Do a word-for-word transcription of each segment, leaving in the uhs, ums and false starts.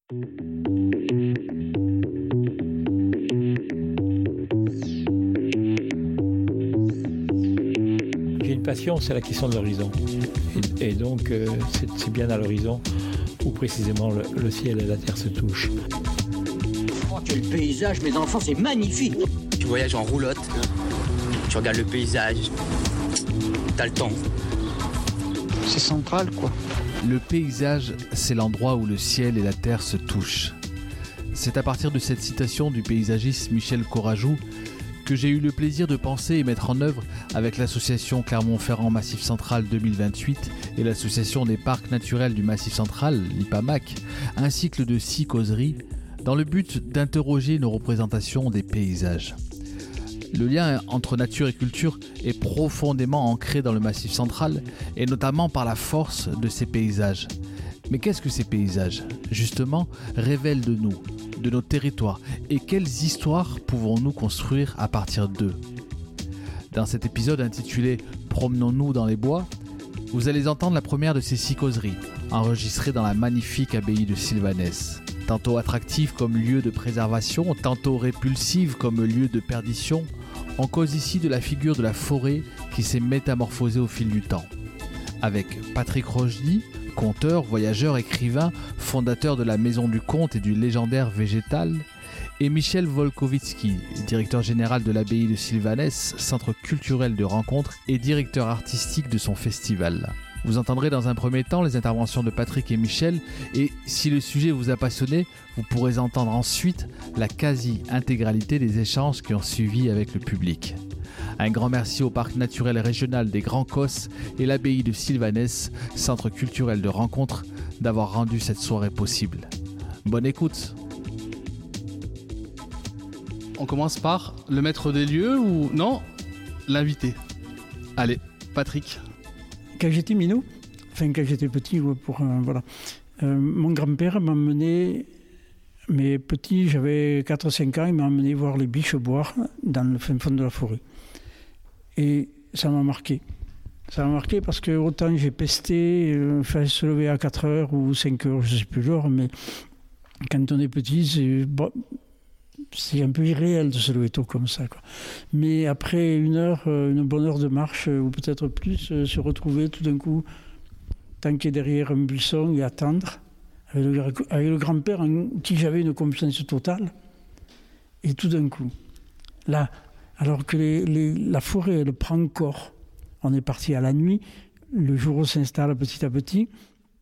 J'ai une passion, c'est la question de l'horizon. Et, et donc, euh, c'est, c'est bien à l'horizon où précisément le, le ciel et la terre se touchent. Oh, quel paysage, mes enfants, c'est magnifique! Tu voyages en roulotte, tu regardes le paysage, t'as le temps. C'est central, quoi. Le paysage, c'est l'endroit où le ciel et la terre se touchent. C'est à partir de cette citation du paysagiste Michel Corajou que j'ai eu le plaisir de penser et mettre en œuvre avec l'association Clermont-Ferrand Massif Central deux mille vingt-huit et l'association des parcs naturels du Massif Central, l'I P A M A C, un cycle de six causeries dans le but d'interroger nos représentations des paysages. Le lien entre nature et culture est profondément ancré dans le Massif Central et notamment par la force de ces paysages. Mais qu'est-ce que ces paysages, justement, révèlent de nous, de nos territoires et quelles histoires pouvons-nous construire à partir d'eux? Dans cet épisode intitulé « Promenons-nous dans les bois », vous allez entendre la première de ces six causeries, enregistrée dans la magnifique abbaye de Sylvanès. Tantôt attractive comme lieu de préservation, tantôt répulsive comme lieu de perdition, on cause ici de la figure de la forêt qui s'est métamorphosée au fil du temps. Avec Patrick Rochdy, conteur, voyageur, écrivain, fondateur de la Maison du Conte et du légendaire végétal, et Michel Volkovitsky, directeur général de l'abbaye de Sylvanès, centre culturel de rencontres et directeur artistique de son festival. Vous entendrez dans un premier temps les interventions de Patrick et Michel, et si le sujet vous a passionné, vous pourrez entendre ensuite la quasi-intégralité des échanges qui ont suivi avec le public. Un grand merci au Parc naturel régional des Grands Cosses et l'abbaye de Sylvanès, centre culturel de rencontres, d'avoir rendu cette soirée possible. Bonne écoute. On commence par le maître des lieux ou non, l'invité. Allez, Patrick. Quand j'étais minot, enfin quand j'étais petit, pour, euh, voilà, euh, mon grand-père m'a emmené, mais petit, j'avais quatre ou cinq ans, il m'a emmené voir les biches boire dans le fin fond de la forêt. Et ça m'a marqué. Ça m'a marqué parce que autant j'ai pesté, il euh, fallait se lever à quatre heures ou cinq heures, je ne sais plus l'heure, mais quand on est petit, c'est, bon, c'est un peu irréel de se lever tôt comme ça, quoi. Mais après une heure, une bonne heure de marche, ou peut-être plus, se retrouver tout d'un coup, tanker derrière un buisson et attendre, avec le, avec le grand-père en qui j'avais une confiance totale. Et tout d'un coup, là, alors que les, les, la forêt, elle prend corps, on est parti à la nuit, le jour s'installe petit à petit,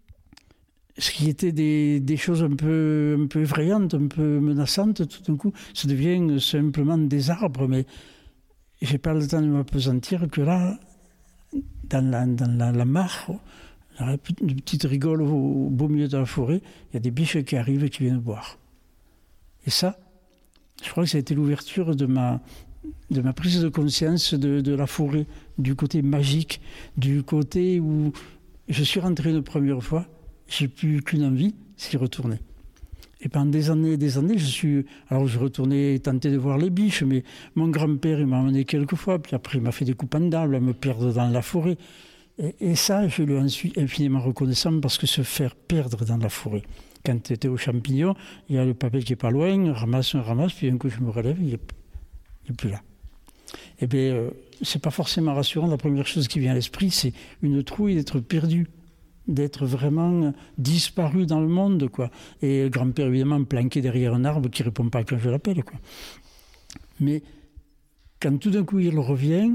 ce qui était des, des choses un peu, un peu effrayantes, un peu menaçantes, tout d'un coup, ça devient simplement des arbres, mais j'ai pas le temps de m'apesantir que là, dans la, dans la, la mare, la petite rigole au, au beau milieu de la forêt, il y a des biches qui arrivent et qui viennent boire. Et ça, je crois que ça a été l'ouverture de ma, de ma prise de conscience de, de la forêt, du côté magique, du côté où je suis rentré une première fois, j'ai plus qu'une envie, c'est y retourner. Et pendant des années et des années, je suis... Alors, je retournais tenter de voir les biches, mais mon grand-père, il m'a emmené quelques fois, puis après, il m'a fait des coupes en d'arbres, à me perdre dans la forêt. Et, et ça, je lui en suis infiniment reconnaissant, parce que se faire perdre dans la forêt. Quand tu étais aux champignons, il y a le papel qui est pas loin, ramasse, un ramasse, puis un coup, je me relève, il n'est plus là. Eh bien, euh, c'est pas forcément rassurant. La première chose qui vient à l'esprit, c'est une trouille d'être perdu, d'être vraiment disparu dans le monde, quoi. Et le grand-père, évidemment, planqué derrière un arbre qui ne répond pas quand je l'appelle, quoi. Mais quand tout d'un coup il revient,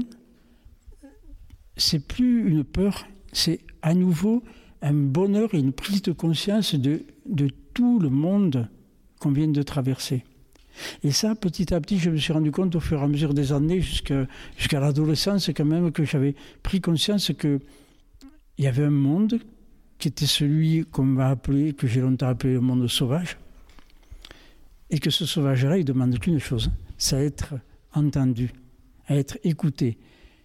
c'est plus une peur, c'est à nouveau un bonheur et une prise de conscience de, de tout le monde qu'on vient de traverser. Et ça, petit à petit, je me suis rendu compte au fur et à mesure des années, jusqu'à, jusqu'à l'adolescence quand même, que j'avais pris conscience qu'il y avait un monde qui était celui qu'on m'a appelé, que j'ai longtemps appelé le monde sauvage, et que ce sauvage-là, il demande qu'une chose, c'est à être entendu, à être écouté.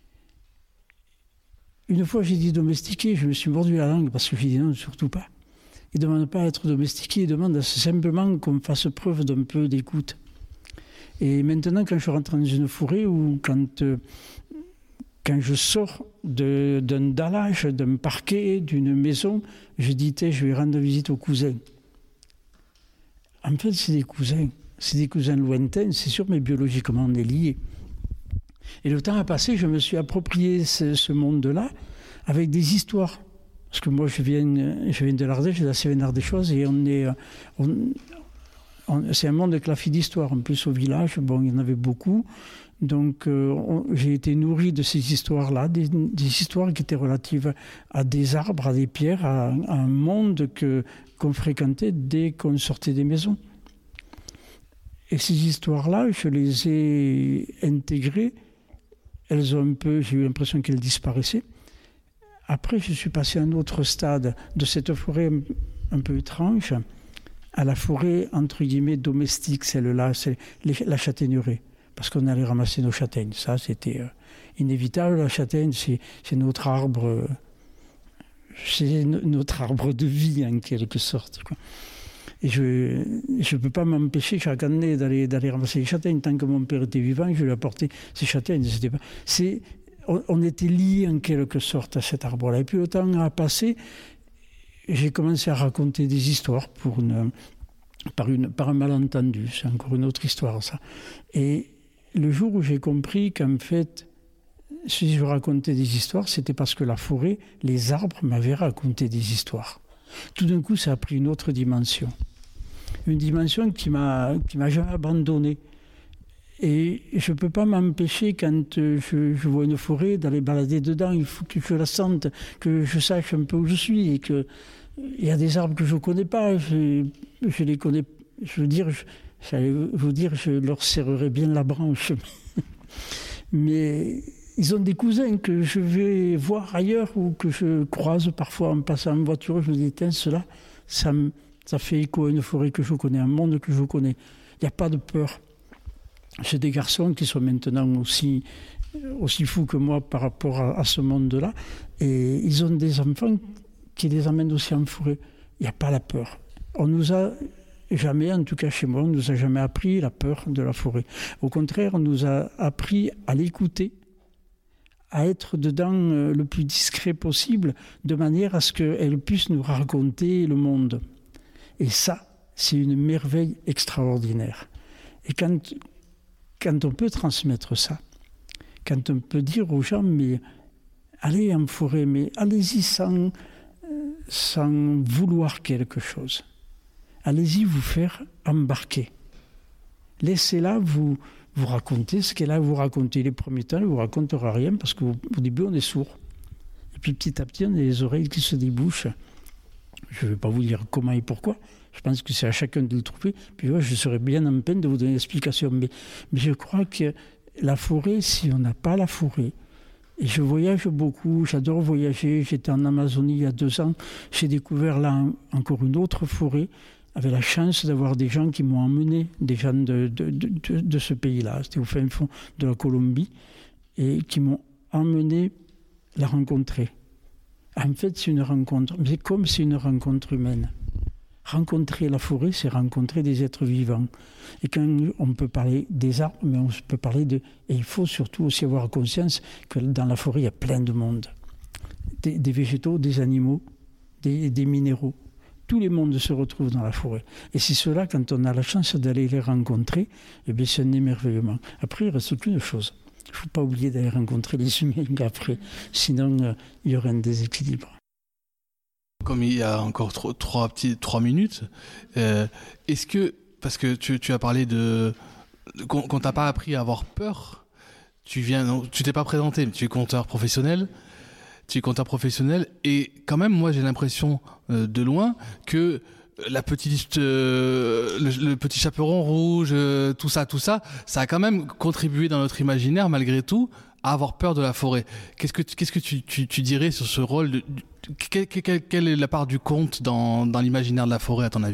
Une fois, j'ai dit domestiqué, je me suis mordu la langue parce que j'ai dit non, surtout pas. Il ne demande pas à être domestiqué, il demande simplement qu'on fasse preuve d'un peu d'écoute. Et maintenant, quand je rentre dans une forêt ou quand... Euh, Quand je sors de, d'un dallage, d'un parquet, d'une maison, je dis, je vais rendre visite au cousin. En fait, c'est des cousins. C'est des cousins lointains, c'est sûr, mais biologiquement, on est liés. Et le temps a passé, je me suis approprié ce, ce monde-là avec des histoires. Parce que moi, je viens, je viens de l'Ardèche, de la Cévennes ardéchoise, et on est, on, on, c'est un monde éclaté d'histoires. En plus, au village, bon, il y en avait beaucoup. Donc, euh, on, j'ai été nourri de ces histoires-là, des, des histoires qui étaient relatives à des arbres, à des pierres, à, à un monde que, qu'on fréquentait dès qu'on sortait des maisons. Et ces histoires-là, je les ai intégrées. Elles ont un peu, j'ai eu l'impression qu'elles disparaissaient. Après, je suis passé à un autre stade de cette forêt un peu étrange à la forêt, entre guillemets, domestique, celle-là, c'est les, la châtaigneraie. Parce qu'on allait ramasser nos châtaignes. Ça, c'était euh, inévitable. La châtaigne, c'est, c'est notre arbre, euh, c'est no- notre arbre de vie, en quelque sorte, quoi. Et je ne peux pas m'empêcher chaque année d'aller, d'aller ramasser les châtaignes. Tant que mon père était vivant, je lui apportais ces châtaignes. C'était pas, c'est, on, on était liés en quelque sorte à cet arbre-là. Et puis le temps a passé, j'ai commencé à raconter des histoires pour une, par, une, par un malentendu. C'est encore une autre histoire, ça. Et le jour où j'ai compris qu'en fait, si je racontais des histoires, c'était parce que la forêt, les arbres m'avaient raconté des histoires. Tout d'un coup, ça a pris une autre dimension. Une dimension qui m'a, qui m'a jamais abandonné. Et je ne peux pas m'empêcher, quand je, je vois une forêt, d'aller balader dedans. Il faut que je la sente, que je sache un peu où je suis. Et qu'il y a des arbres que je ne connais pas. Je, je les connais. Je veux dire, je, j'allais vous dire, je leur serrerai bien la branche. Mais ils ont des cousins que je vais voir ailleurs ou que je croise parfois en passant en voiture. Je me dis, tiens, cela, ça, me, ça fait écho à une forêt que je connais, un monde que je connais. Il n'y a pas de peur. J'ai des garçons qui sont maintenant aussi, aussi fous que moi par rapport à, à ce monde-là. Et ils ont des enfants qui les emmènent aussi en forêt. Il n'y a pas la peur. On nous a jamais, en tout cas chez moi, on ne nous a jamais appris la peur de la forêt. Au contraire, on nous a appris à l'écouter, à être dedans le plus discret possible, de manière à ce qu'elle puisse nous raconter le monde. Et ça, c'est une merveille extraordinaire. Et quand, quand on peut transmettre ça, quand on peut dire aux gens, mais allez en forêt, mais allez-y sans, sans vouloir quelque chose. Allez-y vous faire embarquer. Laissez-la vous... vous racontez ce qu'elle a à vous raconter. Les premiers temps, elle ne vous racontera rien parce qu'au début, on est sourd. Et puis petit à petit, on a les oreilles qui se débouchent. Je ne vais pas vous dire comment et pourquoi. Je pense que c'est à chacun de le trouver. Puis ouais, je serais bien en peine de vous donner l'explication. Mais, mais je crois que la forêt, si on n'a pas la forêt, et je voyage beaucoup, j'adore voyager. J'étais en Amazonie il y a deux ans. J'ai découvert là encore une autre forêt. J'avais la chance d'avoir des gens qui m'ont emmené, des gens de, de, de, de, de ce pays-là, c'était au fin fond de la Colombie, et qui m'ont emmené la rencontrer. En fait, c'est une rencontre, mais comme c'est une rencontre humaine. Rencontrer la forêt, c'est rencontrer des êtres vivants. Et quand on peut parler des arbres, mais on peut parler de... Et il faut surtout aussi avoir conscience que dans la forêt, il y a plein de monde. Des, des végétaux, des animaux, des, des minéraux. Tous les mondes se retrouvent dans la forêt. Et c'est cela, quand on a la chance d'aller les rencontrer, eh bien, c'est un émerveillement. Après, il ne reste qu'une chose. Il ne faut pas oublier d'aller rencontrer les humains après. Sinon, euh, il y aurait un déséquilibre. Comme il y a encore trois, trois, petits, trois minutes, euh, est-ce que, parce que tu, tu as parlé de... Qu'on ne t'a pas appris à avoir peur, tu viens, non, tu t'es pas présenté, mais tu es conteur professionnel, tu es comptable professionnel, et quand même, moi, j'ai l'impression euh, de loin que la petite, euh, le, le petit chaperon rouge, euh, tout ça, tout ça, ça a quand même contribué dans notre imaginaire, malgré tout, à avoir peur de la forêt. Qu'est-ce que, qu'est-ce que tu, tu, tu dirais sur ce rôle de, quelle, quelle, quelle est la part du conte dans, dans l'imaginaire de la forêt, à ton avis ?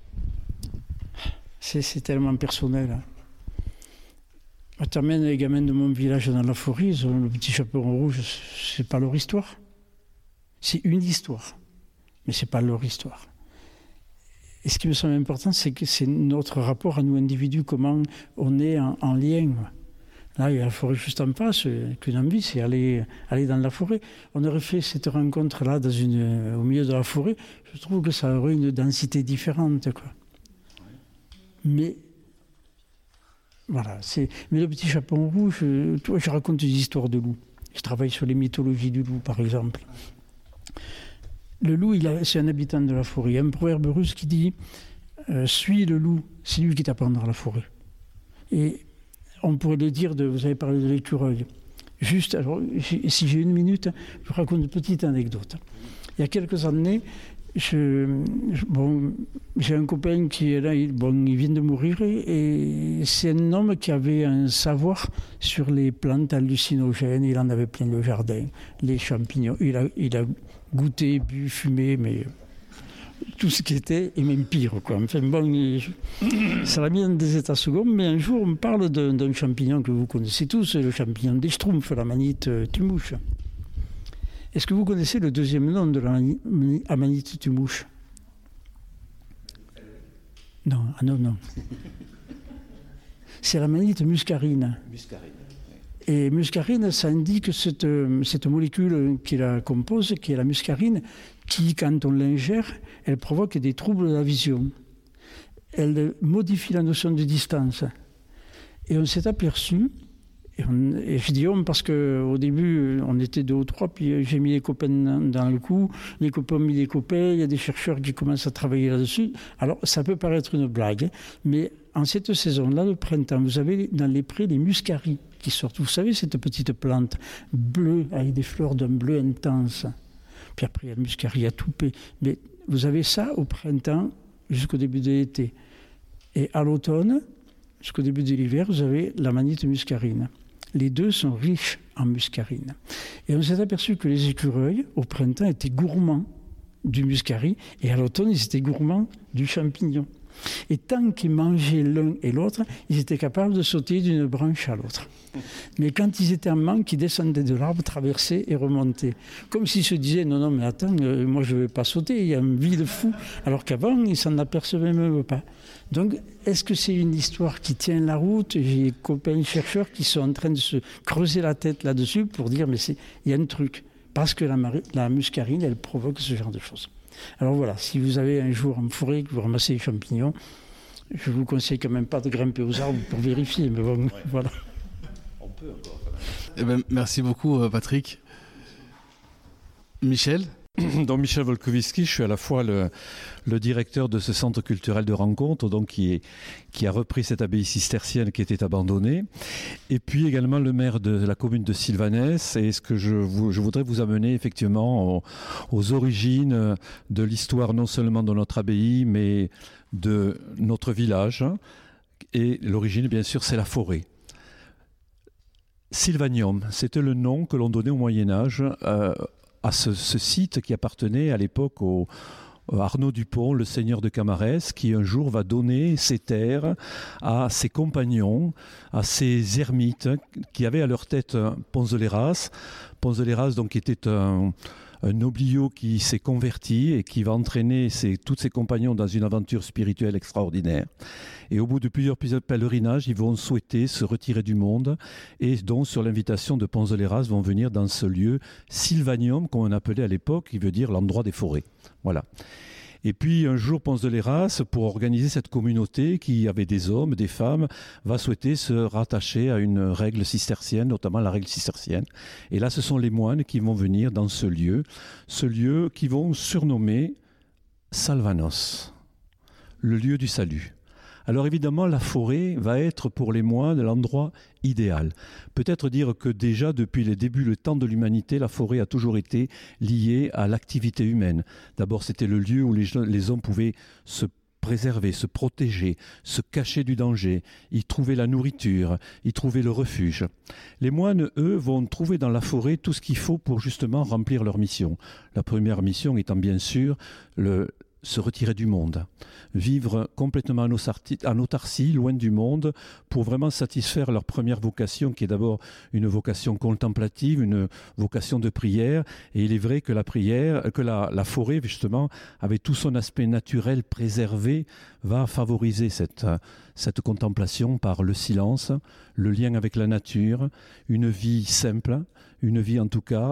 C'est, c'est tellement personnel. Hein. Tu amènes les gamins de mon village dans la forêt, ils ont le petit chaperon rouge, c'est pas leur histoire. C'est une histoire, mais c'est pas leur histoire. Et ce qui me semble important, c'est que c'est notre rapport à nous individus, comment on est en, en lien. Là, il y a la forêt juste en face, qu'une envie, c'est aller, aller dans la forêt. On aurait fait cette rencontre-là dans une, au milieu de la forêt, je trouve que ça aurait une densité différente, quoi. Mais voilà, c'est. Mais le petit chaperon rouge, toi, je raconte des histoires de loups. Je travaille sur les mythologies du loup, par exemple. Le loup, il a, c'est un habitant de la forêt. Il y a un proverbe russe qui dit euh, « Suis le loup, c'est lui qui t'apprend dans la forêt ». Et on pourrait le dire, de, vous avez parlé de l'écureuil. Juste, alors, si j'ai une minute, je vous raconte une petite anecdote. Il y a quelques années, je, je, bon, j'ai un copain qui est là, il, bon, il vient de mourir, et, et c'est un homme qui avait un savoir sur les plantes hallucinogènes. Il en avait plein le jardin, les champignons. Il a, il a goûté, bu, fumé, mais tout ce qui était, et même pire, quoi. Enfin, bon, il, ça l'a mis dans des états seconds, mais un jour, on me parle d'un, d'un champignon que vous connaissez tous, le champignon des Schtroumpfs, la manite tumouche. Est-ce que vous connaissez le deuxième nom de la amanite tumouche? Non, ah non, non. C'est l'amanite muscarine. Muscarine. Oui. Et muscarine, ça indique cette, cette molécule qui la compose, qui est la muscarine, qui, quand on l'ingère, elle provoque des troubles de la vision. Elle modifie la notion de distance. Et on s'est aperçu. Et, on, et je dis on parce qu'au début, on était deux ou trois, puis j'ai mis les copains dans, dans le coup, les copains ont mis les copains, il y a des chercheurs qui commencent à travailler là-dessus. Alors, ça peut paraître une blague, mais en cette saison-là, le printemps, vous avez dans les prés les muscaries qui sortent. Vous savez, cette petite plante bleue, avec des fleurs d'un bleu intense. Puis après, il y a le muscarie à toupet. Mais vous avez ça au printemps jusqu'au début de l'été. Et à l'automne, jusqu'au début de l'hiver, vous avez l'amanite muscarine. Les deux sont riches en muscarine. Et on s'est aperçu que les écureuils, au printemps, étaient gourmands du muscari, et à l'automne, ils étaient gourmands du champignon. Et tant qu'ils mangeaient l'un et l'autre, ils étaient capables de sauter d'une branche à l'autre. Mais quand ils étaient en manque, ils descendaient de l'arbre, traversaient et remontaient. Comme s'ils se disaient, non, non, mais attends, euh, moi je ne vais pas sauter, il y a un vide fou. Alors qu'avant, ils ne s'en apercevaient même pas. Donc, est-ce que c'est une histoire qui tient la route? J'ai des copains chercheurs qui sont en train de se creuser la tête là-dessus pour dire, mais il y a un truc. Parce que la, mari- la muscarine, elle provoque ce genre de choses. Alors voilà, si vous avez un jour en forêt que vous ramassez des champignons, je ne vous conseille quand même pas de grimper aux arbres pour vérifier, mais bon, ouais. Voilà. On peut encore. Eh ben, merci beaucoup, Patrick. Michel? Donc Michel Volkowiski, je suis à la fois le, le directeur de ce centre culturel de rencontre, donc qui, est, qui a repris cette abbaye cistercienne qui était abandonnée, et puis également le maire de la commune de Sylvanès. Et ce que je, vous, je voudrais vous amener effectivement aux, aux origines de l'histoire non seulement de notre abbaye, mais de notre village. Et l'origine, bien sûr, c'est la forêt. Sylvanium, c'était le nom que l'on donnait au Moyen-Âge euh, à ce, ce site qui appartenait à l'époque au Arnaud Dupont, le seigneur de Camarès, qui un jour va donner ses terres à ses compagnons, à ses ermites, qui avaient à leur tête Ponzeleras. Ponzeleras, donc, était un, un nobliau qui s'est converti et qui va entraîner ses, tous ses compagnons dans une aventure spirituelle extraordinaire. Et au bout de plusieurs pèlerinages, ils vont souhaiter se retirer du monde et donc, sur l'invitation de Ponzeleras, vont venir dans ce lieu Sylvanium, comme on appelait à l'époque, qui veut dire l'endroit des forêts. Voilà. Et puis un jour, Ponzeleras, pour organiser cette communauté qui avait des hommes, des femmes, va souhaiter se rattacher à une règle cistercienne, notamment la règle cistercienne. Et là, ce sont les moines qui vont venir dans ce lieu, ce lieu qu'ils vont surnommer Salvanos, le lieu du salut. Alors évidemment, la forêt va être pour les moines l'endroit idéal. Peut-être dire que déjà depuis les débuts, le temps de l'humanité, la forêt a toujours été liée à l'activité humaine. D'abord, c'était le lieu où les, les hommes pouvaient se préserver, se protéger, se cacher du danger, y trouver la nourriture, y trouver le refuge. Les moines, eux, vont trouver dans la forêt tout ce qu'il faut pour justement remplir leur mission. La première mission étant bien sûr le se retirer du monde, vivre complètement en autarcie, loin du monde, pour vraiment satisfaire leur première vocation, qui est d'abord une vocation contemplative, une vocation de prière. Et il est vrai que la prière, que la, la forêt, justement, avec tout son aspect naturel préservé, va favoriser cette, cette contemplation par le silence, le lien avec la nature, une vie simple, une vie en tout cas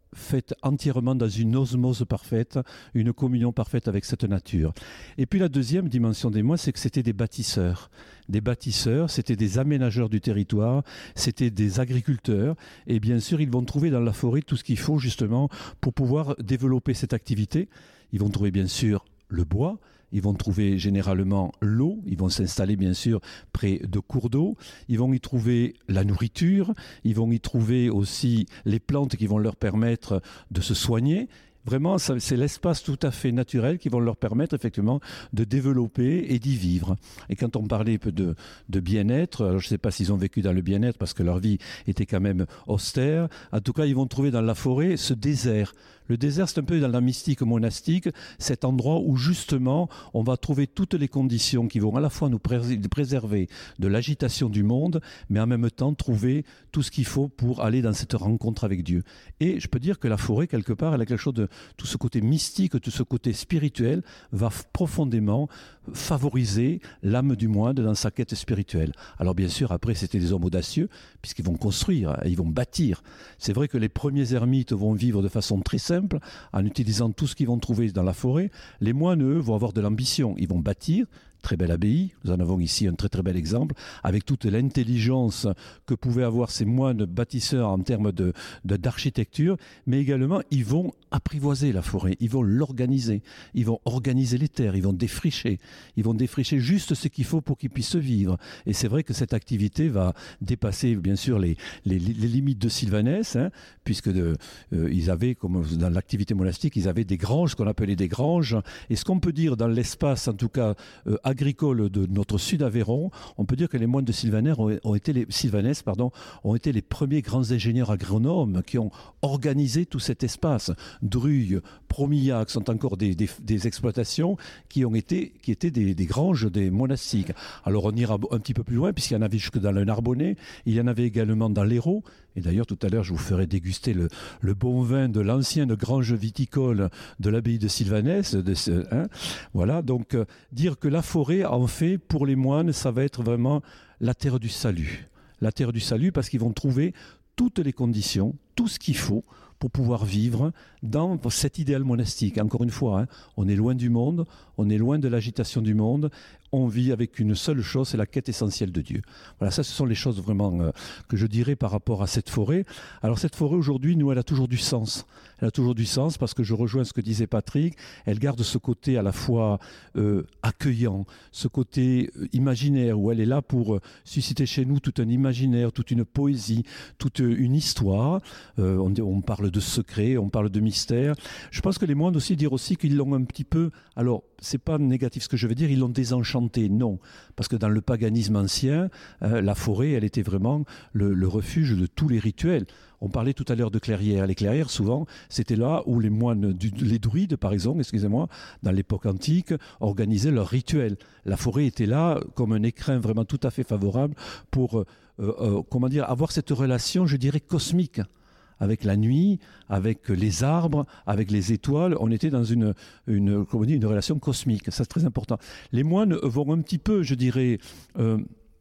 faite entièrement dans une osmose parfaite, une communion parfaite avec cette nature. Et puis la deuxième dimension des moines, c'est que c'était des bâtisseurs. Des bâtisseurs, c'était des aménageurs du territoire, c'était des agriculteurs. Et bien sûr, ils vont trouver dans la forêt tout ce qu'il faut justement pour pouvoir développer cette activité. Ils vont trouver bien sûr le bois. Ils vont trouver généralement l'eau, ils vont s'installer bien sûr près de cours d'eau, ils vont y trouver la nourriture, ils vont y trouver aussi les plantes qui vont leur permettre de se soigner. Vraiment, ça, c'est l'espace tout à fait naturel qui va leur permettre effectivement de développer et d'y vivre. Et quand on parlait de, de bien-être, alors je ne sais pas s'ils ont vécu dans le bien-être parce que leur vie était quand même austère, en tout cas ils vont trouver dans la forêt ce désert. Le désert, c'est un peu dans la mystique monastique, cet endroit où justement on va trouver toutes les conditions qui vont à la fois nous préserver de l'agitation du monde, mais en même temps trouver tout ce qu'il faut pour aller dans cette rencontre avec Dieu. Et je peux dire que la forêt, quelque part, elle a quelque chose de tout ce côté mystique, tout ce côté spirituel va profondément favoriser l'âme du moine dans sa quête spirituelle. Alors bien sûr, après, c'était des hommes audacieux, puisqu'ils vont construire, ils vont bâtir. C'est vrai que les premiers ermites vont vivre de façon très simple, en utilisant tout ce qu'ils vont trouver dans la forêt. Les moines, eux, vont avoir de l'ambition. Ils vont bâtir. Très belle abbaye, nous en avons ici un très très bel exemple, avec toute l'intelligence que pouvaient avoir ces moines bâtisseurs en termes de, de, d'architecture, mais également ils vont apprivoiser la forêt, ils vont l'organiser, ils vont organiser les terres, ils vont défricher, ils vont défricher juste ce qu'il faut pour qu'ils puissent vivre. Et c'est vrai que cette activité va dépasser bien sûr les, les, les limites de Sylvanès, hein, puisque de, euh, ils avaient, comme dans l'activité monastique, ils avaient des granges, ce qu'on appelait des granges, et ce qu'on peut dire dans l'espace, en tout cas euh, agricole de notre sud-Aveyron, on peut dire que les moines de Sylvanès ont, ont été les, Sylvanès, pardon, ont été les premiers grands ingénieurs agronomes qui ont organisé tout cet espace. Druille, Promillac sont encore des, des, des exploitations qui ont été, qui étaient des, des granges des monastiques. Alors on ira un petit peu plus loin, puisqu'il y en avait jusque dans le Narbonnais, il y en avait également dans l'Hérault. Et d'ailleurs, tout à l'heure, je vous ferai déguster le, le bon vin de l'ancienne grange viticole de l'abbaye de Sylvanès. De ce, hein, voilà, donc euh, dire que la forêt, en fait, pour les moines, ça va être vraiment la terre du salut. La terre du salut, parce qu'ils vont trouver toutes les conditions, tout ce qu'il faut pour pouvoir vivre dans cet idéal monastique. Encore une fois, hein, on est loin du monde, on est loin de l'agitation du monde, on vit avec une seule chose, c'est la quête essentielle de Dieu. Voilà, ça ce sont les choses vraiment euh, que je dirais par rapport à cette forêt. Alors cette forêt aujourd'hui, nous, elle a toujours du sens. Elle a toujours du sens parce que je rejoins ce que disait Patrick, elle garde ce côté à la fois euh, accueillant, ce côté euh, imaginaire, où elle est là pour euh, susciter chez nous tout un imaginaire, toute une poésie, toute une histoire. Euh, on, on parle de secret, on parle de mystère. Je pense que les moines aussi dire aussi qu'ils l'ont un petit peu, alors c'est pas négatif ce que je veux dire, ils l'ont désenchanté, non, parce que dans le paganisme ancien, euh, la forêt, elle était vraiment le, le refuge de tous les rituels. On parlait tout à l'heure de clairières. Les clairières, souvent, c'était là où les moines, du, les druides, par exemple, excusez-moi, dans l'époque antique, organisaient leurs rituels. La forêt était là comme un écrin vraiment tout à fait favorable pour, euh, euh, comment dire, avoir cette relation, je dirais, cosmique. Avec la nuit, avec les arbres, avec les étoiles, on était dans une, une, comment dire, une relation cosmique. Ça, c'est très important. Les moines vont un petit peu, je dirais, euh,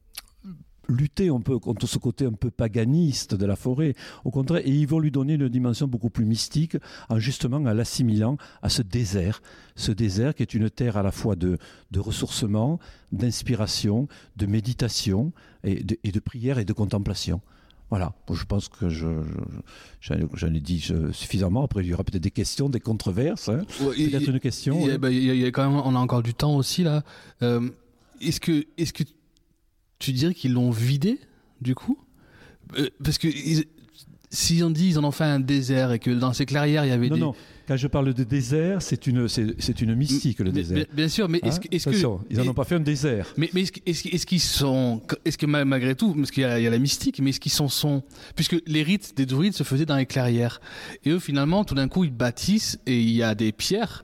lutter un peu contre ce côté un peu paganiste de la forêt, au contraire, et ils vont lui donner une dimension beaucoup plus mystique, en justement en l'assimilant à ce désert, ce désert qui est une terre à la fois de, de ressourcement, d'inspiration, de méditation, et de, et de prière et de contemplation. Voilà, je pense que je, je, j'en ai dit suffisamment. Après, il y aura peut-être des questions, des controverses. Hein. Ouais, peut-être une question. Il y, ouais. y, y a quand même, on a encore du temps aussi là. Euh, est-ce que, est-ce que tu dirais qu'ils l'ont vidé du coup, euh, parce que ils, si on dit ils en ont fait un désert et que dans ces clairières il y avait non, des... Non, quand je parle de désert, c'est une, c'est, c'est une mystique, le mais, désert. Bien, bien sûr, mais est-ce, hein est-ce que... Ils n'en ont pas fait un désert. Mais, mais est-ce, est-ce, est-ce qu'ils sont... Est-ce que malgré tout, parce qu'il y a, il y a la mystique, mais est-ce qu'ils sont, sont... Puisque les rites des druides se faisaient dans les clairières. Et eux, finalement, tout d'un coup, ils bâtissent et il y a des pierres.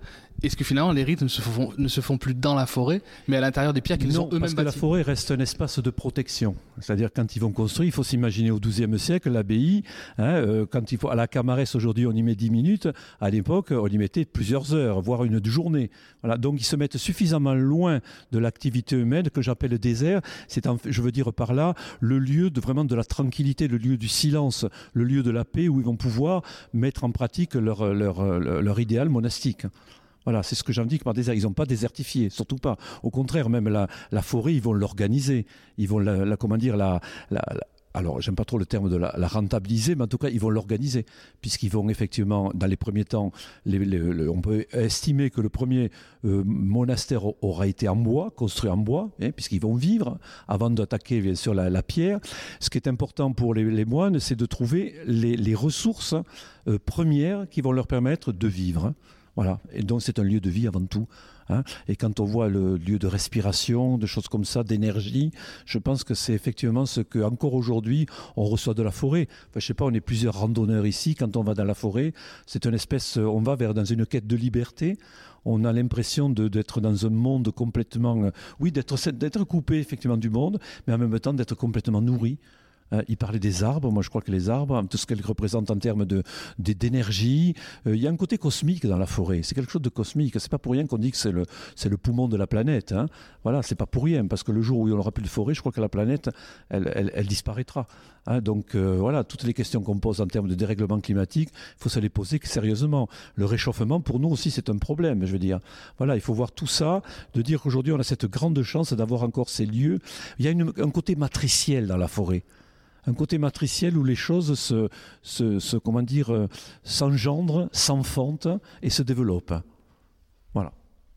est-ce que finalement les rites ne se font, ne se font plus dans la forêt, mais à l'intérieur des pierres qu'ils ont eux-mêmes bâties ? Parce que la forêt reste un espace de protection. C'est-à-dire quand ils vont construire, il faut s'imaginer au douzième siècle, l'abbaye, hein, euh, quand il faut, à la Camarès aujourd'hui on y met dix minutes, à l'époque on y mettait plusieurs heures, voire une journée. Voilà, donc ils se mettent suffisamment loin de l'activité humaine que j'appelle le désert. C'est en, je veux dire par là le lieu de, vraiment de la tranquillité, le lieu du silence, le lieu de la paix où ils vont pouvoir mettre en pratique leur, leur, leur, leur idéal monastique. Voilà, c'est ce que j'indique par désert. Ils n'ont pas désertifié, surtout pas. Au contraire, même la, la forêt, ils vont l'organiser. Ils vont la, la comment dire, la, la, la alors, j'aime pas trop le terme de la, la rentabiliser, mais en tout cas, ils vont l'organiser, puisqu'ils vont effectivement, dans les premiers temps, les, les, les, on peut estimer que le premier euh, monastère aura été en bois, construit en bois, hein, puisqu'ils vont vivre avant d'attaquer, bien sûr, la, la pierre. Ce qui est important pour les, les moines, c'est de trouver les, les ressources euh, premières qui vont leur permettre de vivre. Hein. Voilà, et donc c'est un lieu de vie avant tout. Hein. Et quand on voit le lieu de respiration, de choses comme ça, d'énergie, je pense que c'est effectivement ce que encore aujourd'hui on reçoit de la forêt. Enfin, je sais pas, on est plusieurs randonneurs ici. Quand on va dans la forêt, c'est une espèce, on va vers dans une quête de liberté. On a l'impression de, d'être dans un monde complètement, oui, d'être d'être coupé effectivement du monde, mais en même temps d'être complètement nourri. Euh, il parlait des arbres. Moi, je crois que les arbres, tout ce qu'elles représentent en termes de, de, d'énergie, euh, il y a un côté cosmique dans la forêt. C'est quelque chose de cosmique. C'est pas pour rien qu'on dit que c'est le, c'est le poumon de la planète. Hein. Voilà, c'est pas pour rien, parce que le jour où il n'y aura plus de forêt, je crois que la planète, elle, elle, elle disparaîtra. Hein. Donc, euh, voilà, toutes les questions qu'on pose en termes de dérèglement climatique, il faut se les poser sérieusement. Le réchauffement, pour nous aussi, c'est un problème, je veux dire. Voilà, il faut voir tout ça, de dire qu'aujourd'hui, on a cette grande chance d'avoir encore ces lieux. Il y a une, un côté matriciel dans la forêt. Un côté matriciel où les choses se, se, se comment dire, euh, s'engendrent, s'enfantent et se développent. Voilà.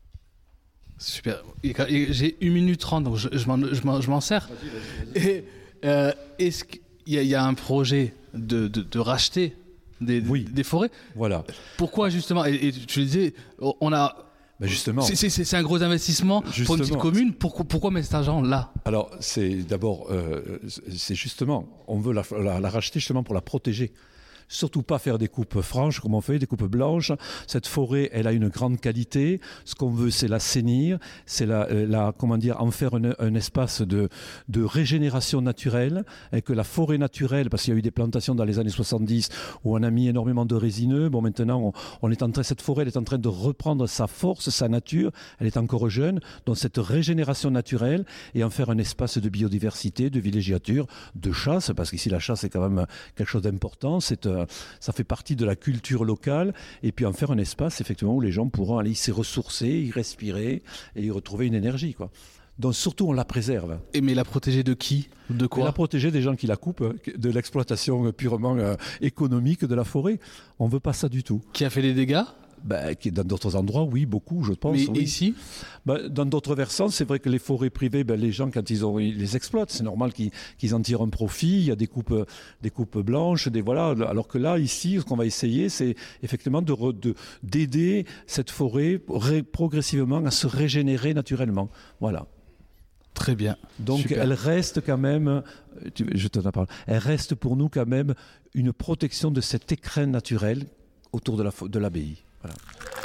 Super. Et j'ai une minute trente, donc je, je, m'en, je, m'en, je m'en sers. Vas-y, vas-y, vas-y. Et, euh, est-ce qu'il y a, il y a un projet de, de, de racheter des, oui. des forêts ? Voilà. Pourquoi justement ? et, et tu le disais, on a... Ben justement. C'est, c'est, c'est un gros investissement justement. Pour une petite commune. Pourquoi, pourquoi mettre cet argent là ? Alors, c'est d'abord, euh, c'est justement, on veut la, la, la racheter justement pour la protéger. Surtout pas faire des coupes franches comme on fait, des coupes blanches. Cette forêt, elle a une grande qualité. Ce qu'on veut, c'est l'assainir, c'est la, la, comment dire, en faire un, un espace de, de régénération naturelle, et que la forêt naturelle, parce qu'il y a eu des plantations dans les années soixante-dix où on a mis énormément de résineux. Bon, maintenant, on, on est en train, cette forêt, elle est en train de reprendre sa force, sa nature. Elle est encore jeune. Donc cette régénération naturelle et en faire un espace de biodiversité, de villégiature, de chasse, parce qu'ici la chasse est quand même quelque chose d'important. C'est ça fait partie de la culture locale, et puis en faire un espace effectivement où les gens pourront aller s'y ressourcer, y respirer et y retrouver une énergie, quoi. Donc surtout on la préserve. Et mais la protéger de qui ? De quoi ? Et la protéger des gens qui la coupent, de l'exploitation purement euh, économique de la forêt. On ne veut pas ça du tout. Qui a fait des dégâts ? Ben, dans d'autres endroits, oui, beaucoup, je pense. Mais oui. ici ben, dans d'autres versants, c'est vrai que les forêts privées, ben, les gens, quand ils, ont, ils les exploitent, c'est normal qu'ils, qu'ils en tirent un profit. Il y a des coupes, des coupes blanches, des, voilà. Alors que là, ici, ce qu'on va essayer, c'est effectivement de, re, de, d'aider cette forêt ré, progressivement à se régénérer naturellement. Voilà. Très bien. Donc, super. Elle reste quand même, je te parle, elle reste pour nous quand même une protection de cet écrin naturel autour de, la, de l'abbaye. Voilà.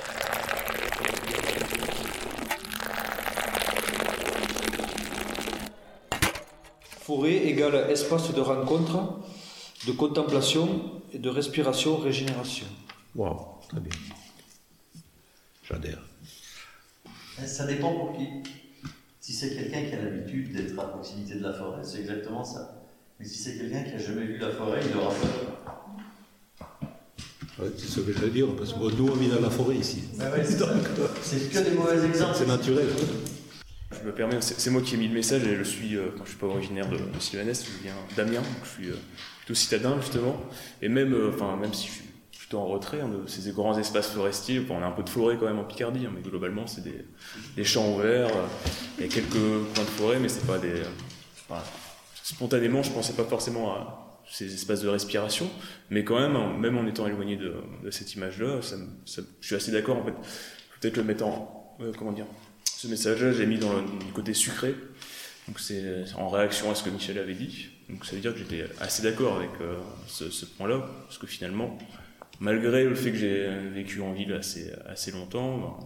Forêt égale espace de rencontre, de contemplation et de respiration, régénération. Waouh, très bien. J'adhère. Ça dépend pour qui. Si c'est quelqu'un qui a l'habitude d'être à proximité de la forêt, c'est exactement ça. Mais si c'est quelqu'un qui n'a jamais vu la forêt, il aura peur. Ouais, c'est ce que je veux dire, parce que nous on vit dans la forêt ici. Bah ouais, c'est, Donc, c'est que des mauvais exemples. C'est naturel. Je me permets, c'est, c'est moi qui ai mis le message et je suis, euh, quand je suis pas originaire de, de Sylvanès, je viens d'Amiens, donc je suis euh, plutôt citadin justement. Et même, euh, enfin même si je suis plutôt en retrait hein, de ces grands espaces forestiers, enfin, on a un peu de forêt quand même en Picardie, hein, mais globalement c'est des, des champs ouverts, euh, il y a quelques coins de forêt, mais c'est pas des. Euh, enfin, spontanément, je pensais pas forcément à ces espaces de respiration, mais quand même, même en étant éloigné de, de cette image-là, ça, ça, je suis assez d'accord en fait. Peut-être le mettre en, euh, comment dire, ce message-là, j'ai mis dans le, le côté sucré, donc c'est en réaction à ce que Michel avait dit. Donc ça veut dire que j'étais assez d'accord avec euh, ce, ce point-là, parce que finalement, malgré le fait que j'ai vécu en ville assez, assez longtemps, ben,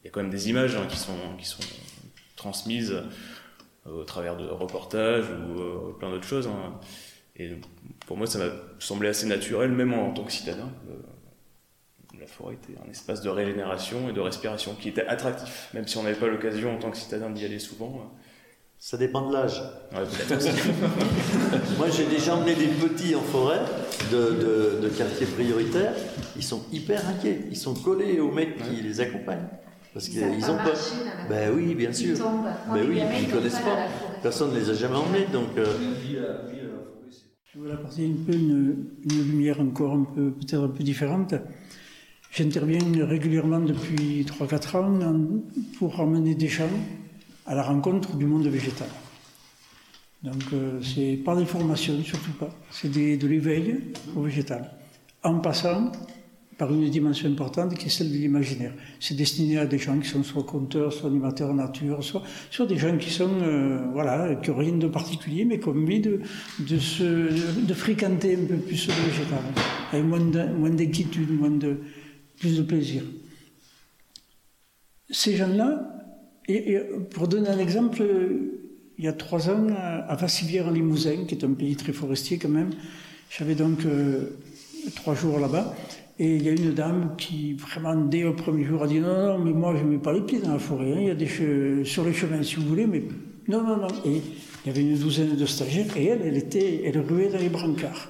il y a quand même des images hein, qui sont qui sont transmises euh, au travers de reportages ou euh, plein d'autres choses. Hein. Et pour moi, ça m'a semblé assez naturel, même en, en tant que citadin. Que la forêt était un espace de régénération et de respiration qui était attractif, même si on n'avait pas l'occasion en tant que citadin d'y aller souvent. Ça dépend de l'âge. Ouais, peut-être aussi. Moi, j'ai déjà emmené des petits en forêt de, de, de quartiers prioritaires. Ils sont hyper inquiets. Ils sont collés aux mecs qui les accompagnent. Parce qu'ils ont peur. Ben oui, bien sûr. Ben oui, ils ne connaissent pas. Personne ne les a jamais emmenés. Donc, euh... Je voulais apporter un peu une, une lumière encore un peu, peut-être un peu différente. J'interviens régulièrement depuis trois quatre ans pour emmener des gens à la rencontre du monde végétal. Donc euh, c'est pas des formations, surtout pas. C'est des, de l'éveil au végétal. En passant par une dimension importante qui est celle de l'imaginaire. C'est destiné à des gens qui sont soit conteurs, soit animateurs nature, soit, soit des gens qui sont, euh, voilà, qui n'ont rien de particulier, mais qui ont envie de, de, se, de fréquenter un peu plus le végétal, avec moins, de, moins d'inquiétude, moins de, plus de plaisir. Ces gens-là, et, et pour donner un exemple, il y a trois ans, à Vassivière en Limousin, qui est un pays très forestier quand même, j'avais donc euh, trois jours là-bas, et il y a une dame qui, vraiment, dès le premier jour, a dit « Non, non, mais moi, je ne mets pas les pieds dans la forêt, hein. Il y a des che- sur les chemins, si vous voulez, mais non, non, non. » Et il y avait une douzaine de stagiaires, et elle, elle était, elle ruait dans les brancards.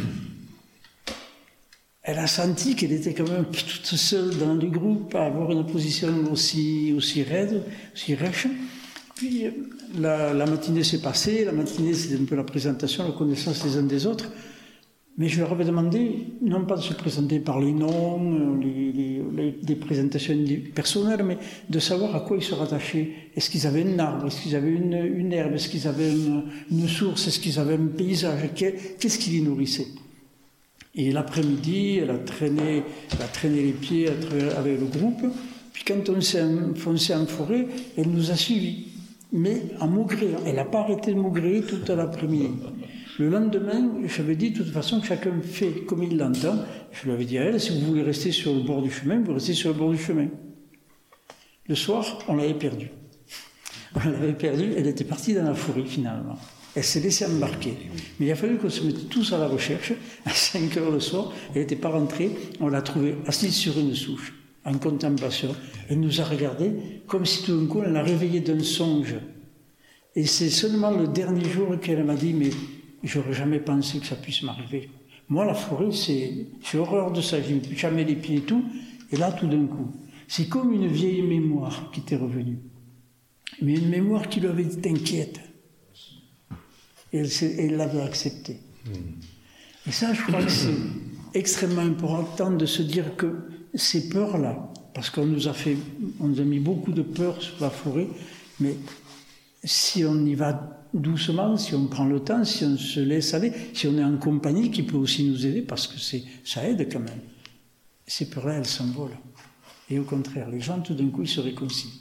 Elle a senti qu'elle était quand même toute seule dans le groupe à avoir une position aussi, aussi raide, aussi rêche. Puis la, la matinée s'est passée, la matinée c'était un peu la présentation, la connaissance les uns des autres. Mais je leur avais demandé, non pas de se présenter par les noms, les, les, les, les présentations personnelles, mais de savoir à quoi ils se rattachaient. Est-ce qu'ils avaient un arbre, est-ce qu'ils avaient une, une herbe, est-ce qu'ils avaient une, une source, est-ce qu'ils avaient un paysage, qu'est-ce qui les nourrissait? Et l'après-midi, elle a traîné, elle a traîné les pieds avec le groupe. Puis quand on s'est foncé en forêt, elle nous a suivis. Mais en maugréant. Elle n'a pas arrêté de maugréer toute l'après-midi. Le lendemain, j'avais dit de toute façon que chacun fait comme il l'entend. Je lui avais dit à elle, si vous voulez rester sur le bord du chemin, vous restez sur le bord du chemin. Le soir, on l'avait perdue. On l'avait perdue, elle était partie dans la forêt finalement. Elle s'est laissée embarquer. Mais il a fallu qu'on se mette tous à la recherche. À cinq heures le soir, elle n'était pas rentrée. On l'a trouvée assise sur une souche, en contemplation. Elle nous a regardés comme si tout d'un coup, elle l'a réveillée d'un songe. Et c'est seulement le dernier jour qu'elle m'a dit, mais j'aurais jamais pensé que ça puisse m'arriver. Moi, la forêt, c'est, j'ai horreur de ça. Je n'ai plus jamais les pieds et tout. Et là, tout d'un coup, c'est comme une vieille mémoire qui était revenue. Mais une mémoire qui lui avait dit, t'inquiète. Et elle, elle l'avait accepté. Mmh. Et ça, je crois que c'est extrêmement important de se dire que ces peurs-là, parce qu'on nous a fait, on nous a mis beaucoup de peur sur la forêt, mais si on y va doucement, si on prend le temps, si on se laisse aller, si on est en compagnie, qui peut aussi nous aider, parce que c'est, ça aide quand même. Ces peurs-là, elles s'envolent. Et au contraire, les gens, tout d'un coup, ils se réconcilient.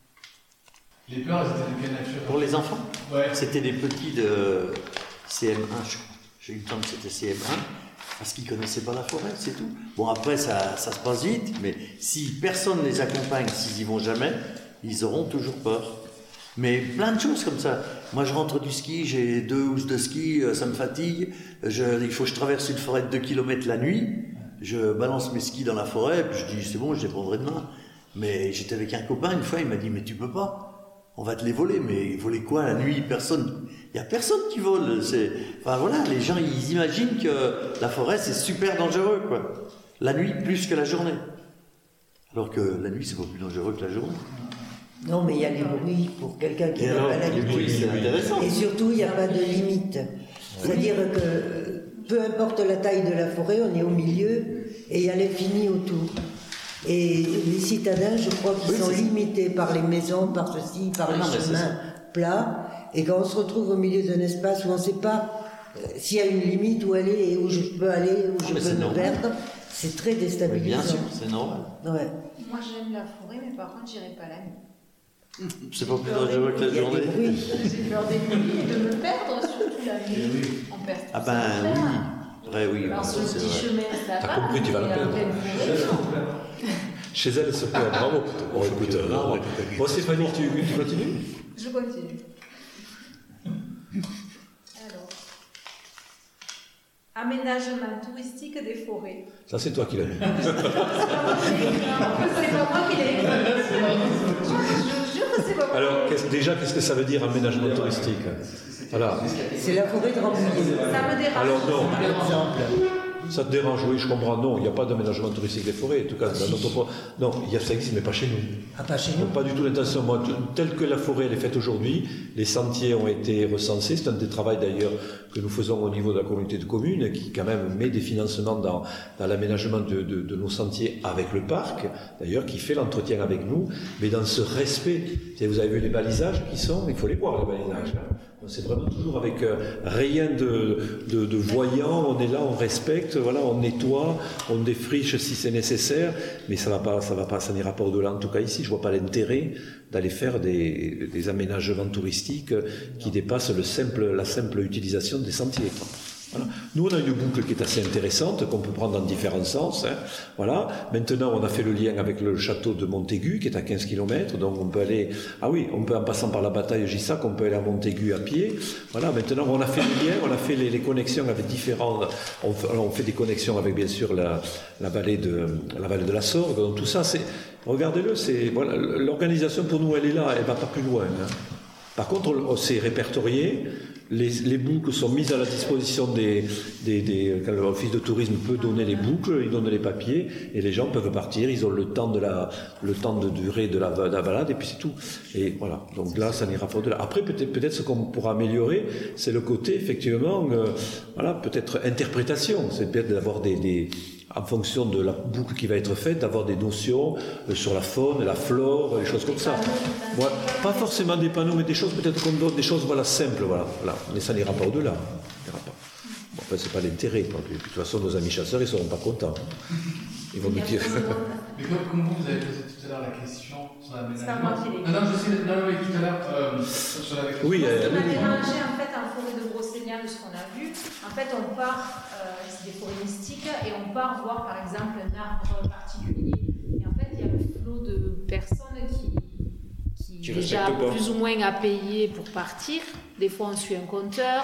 Les peurs, elles étaient de quelle nature? Pour les enfants, ouais. C'était des petits de C M un, je crois. J'ai eu le temps que c'était C M un, parce qu'ils ne connaissaient pas la forêt, c'est tout. Bon, après, ça, ça se passe vite, mais si personne ne les accompagne, s'ils n'y vont jamais, ils auront toujours peur. Mais plein de choses comme ça. Moi, je rentre du ski, j'ai deux housses de ski, ça me fatigue. Je, il faut que je traverse une forêt de deux kilomètres la nuit. Je balance mes skis dans la forêt, puis je dis, c'est bon, je les prendrai demain. Mais j'étais avec un copain, une fois, il m'a dit, mais tu peux pas. On va te les voler, mais voler quoi la nuit? Personne. Il y a personne qui vole. C'est, enfin voilà, les gens ils imaginent que la forêt c'est super dangereux, quoi. La nuit plus que la journée. Alors que la nuit c'est pas plus dangereux que la journée. Non, mais il y a les bruits pour quelqu'un qui n'a pas l'habitude. Les bruits, c'est intéressant. Et surtout, il n'y a pas de limite. C'est-à-dire que peu importe la taille de la forêt, on est au milieu et il y a l'infini autour. Et les citadins, je crois qu'ils oui, sont limités par les maisons, par ceci, par ah, les non, chemins plats. Et quand on se retrouve au milieu d'un espace où on ne sait pas euh, s'il y a une limite, où aller et où je peux aller, où je peux me normal. perdre, c'est très déstabilisant. Mais bien sûr, c'est normal. Ouais. Moi, j'aime la forêt, mais par contre, j'irai pas la nuit. C'est pas plus dangereux que la journée. J'ai peur des nuits et de me perdre, surtout la nuit. Oui. On perd ah ben oui. Vrai, oui. Alors, sur le petit chemin, ça T'as va. compris, tu vas la perdre. Chez elle, elle se plaît. Bravo. Bon, écoute, euh, bon, bon, Stéphanie, tu, tu continues? Je continue. Alors, aménagement touristique des forêts. Ça, c'est toi qui l'as mis. C'est pas moi qui l'ai écrit. Je jure que c'est pas moi. Alors, qu'est-ce, déjà, qu'est-ce que ça veut dire aménagement touristique? Voilà. C'est la forêt de Rambouillet. Ça me dérange. Alors, non. Par exemple. Ça te dérange, oui, je comprends. Non, il n'y a pas d'aménagement touristique des forêts. En tout cas, dans notre... Non, il y a, ça existe, mais pas chez nous. Ah, pas chez nous. Pas du tout l'intention. Moi, telle que la forêt elle est faite aujourd'hui, les sentiers ont été recensés. C'est un des travaux d'ailleurs que nous faisons au niveau de la communauté de communes, qui quand même met des financements dans, dans l'aménagement de, de, de nos sentiers avec le parc, d'ailleurs, qui fait l'entretien avec nous, mais dans ce respect. Vous avez vu les balisages qui sont, il faut les voir, les balisages. Hein. C'est vraiment toujours avec euh, rien de, de, de voyant, on est là, on respecte, voilà, on nettoie, on défriche si c'est nécessaire, mais ça va pas, ça va pas, ça n'ira pas au-delà. En tout cas ici, je vois pas l'intérêt d'aller faire des, des aménagements touristiques qui dépassent le simple, la simple utilisation des sentiers. Voilà. Nous, on a une boucle qui est assez intéressante, qu'on peut prendre dans différents sens. Hein. Voilà. Maintenant, on a fait le lien avec le château de Montaigu, qui est à quinze kilomètres. Donc, on peut aller... Ah oui, on peut, en passant par la bataille Gissac, on peut aller à Montaigu à pied. Voilà. Maintenant, on a fait le lien, on a fait les, les connexions avec différents... On fait, on fait des connexions avec, bien sûr, la, la, vallée de, la vallée de la Sorgue. Donc, tout ça, c'est... Regardez-le, c'est... Voilà, l'organisation, pour nous, elle est là, elle ne va pas plus loin. Hein. Par contre, on s'est répertorié. Les, les boucles sont mises à la disposition des, des, des... Quand l'office de tourisme peut donner les boucles, il donne les papiers, et les gens peuvent partir, ils ont le temps de la, le temps de durée de la, de la balade, et puis c'est tout. Et voilà. Donc là, ça n'ira pas de là. Après, peut-être, peut-être ce qu'on pourra améliorer, c'est le côté, effectivement, euh, voilà, peut-être interprétation. C'est peut-être d'avoir des, des, en fonction de la boucle qui va être faite, d'avoir des notions euh, sur la faune, la flore, des choses comme ça. Voilà. Pas forcément des panneaux, mais des choses, peut-être qu'on donne des choses, voilà, simples, voilà. voilà. Mais ça n'ira pas au-delà. N'ira pas. Bon, enfin, c'est pas l'intérêt. De toute façon, nos amis chasseurs, ils seront pas contents. Ils vont nous dire. Mais comme, comme vous, vous avez posé tout à l'heure la question sur l'aménagement. C'est pas moi qui l'ai écrit. Non, non, je sais, non, non, mais tout à l'heure, euh, sur la question. Oui, Ce qui m'a oui, oui. dérangé, en fait, en forêt de Brocéliande, de ce qu'on a vu, en fait, on part, euh, c'est des forêts mystiques, et on part voir, par exemple, un arbre particulier. Et en fait, il y a le flot de personnes qui. Qui déjà plus ou moins à payer pour partir. Des fois, on suit un compteur.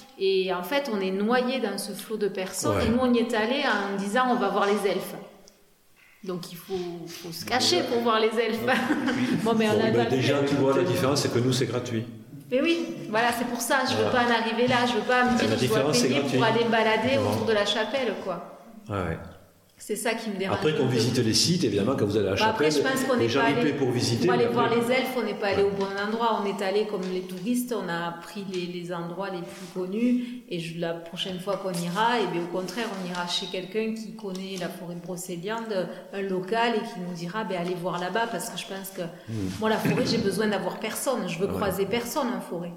Et en fait, on est noyé dans ce flot de personnes. Ouais. Et nous, on y est allé en disant on va voir les elfes. Donc, il faut, faut se cacher pour voir les elfes. Bon, mais on bon, a ben déjà, tu vois, la différence, c'est que nous, c'est gratuit. Mais oui, voilà, c'est pour ça. Je ne veux voilà. pas en arriver là. Je ne veux pas me dire la que je dois payer pour aller me balader non. autour de la chapelle, quoi. Ah ouais. C'est ça qui me dérange. Après qu'on visite les sites, évidemment, quand vous allez à la bah chapelle, après, je pense qu'on les n'est gens pas y allé paient pour visiter. Pour aller après... voir les elfes, on n'est pas allé au bon endroit. On est allé comme les touristes, on a pris les, les endroits les plus connus. Et je, la prochaine fois qu'on ira, et bien, au contraire, on ira chez quelqu'un qui connaît la forêt de Brocéliande, un local, et qui nous dira ben, allez voir là-bas, parce que je pense que mmh. moi, la forêt, j'ai besoin d'avoir personne. Je veux ouais. croiser personne en forêt.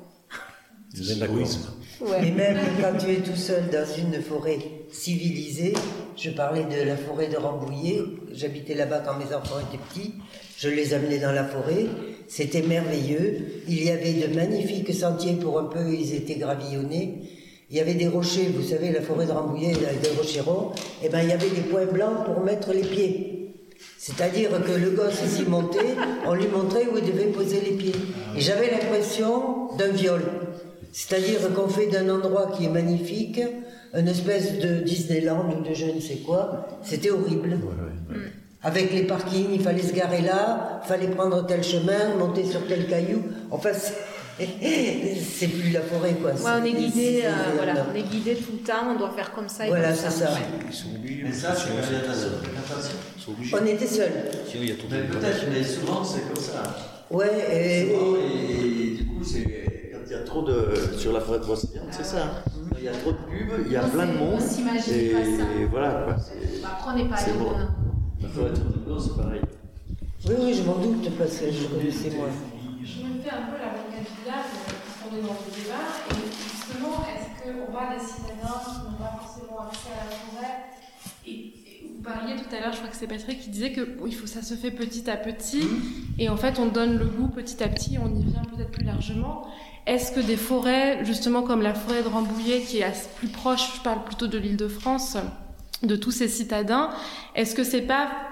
C'est d'accord. Ouais. Mais même quand tu es tout seul dans une forêt civilisée, je parlais de la forêt de Rambouillet, j'habitais là-bas quand mes enfants étaient petits, je les amenais dans la forêt, c'était merveilleux, il y avait de magnifiques sentiers pour un peu, ils étaient gravillonnés, il y avait des rochers, vous savez, la forêt de Rambouillet, il y avait des rochers ronds, et ben il y avait des points blancs pour mettre les pieds. C'est-à-dire que le gosse s'y montait, on lui montrait où il devait poser les pieds. Et j'avais l'impression d'un viol. C'est-à-dire qu'on fait d'un endroit qui est magnifique, une espèce de Disneyland ou de je ne sais quoi. C'était horrible. Ouais, ouais, ouais. Avec les parkings, il fallait se garer là, il fallait prendre tel chemin, monter sur tel caillou. Enfin, c'est plus la forêt, quoi. Ouais, on est guidé, euh, voilà, on est guidé tout le temps, on doit faire comme ça et voilà, comme ça. ça. ça. Mais ça, c'est l'orientation. On était seuls. Il y a tout mais peut-être, mais souvent, c'est comme ça. Ouais, et... Souvent, et, et du coup, c'est... Il y a trop de... Sur la forêt de Brocéliande, c'est ça. Il y a trop de pubs, il y a plein de monde. On s'imagine et, pas ça. Et voilà, quoi. Après, on n'est pas allé au bon. La forêt de Brocéliande, c'est pareil. Oui, oui, je m'en doute, parce que je connaissais moi. Je me fais un peu l'avocat du diable pour on est dans le débat. Et justement, est-ce qu'on parle des citadins qui n'ont pas forcément accès à la forêt et, et vous parliez tout à l'heure, je crois que c'est Patrick qui disait que bon, il faut, ça se fait petit à petit. Et en fait, on donne le goût petit à petit, on y vient peut-être plus largement. Est-ce que des forêts, justement comme la forêt de Rambouillet, qui est plus proche, je parle plutôt de l'Île-de-France, de tous ces citadins, est-ce que c'est pas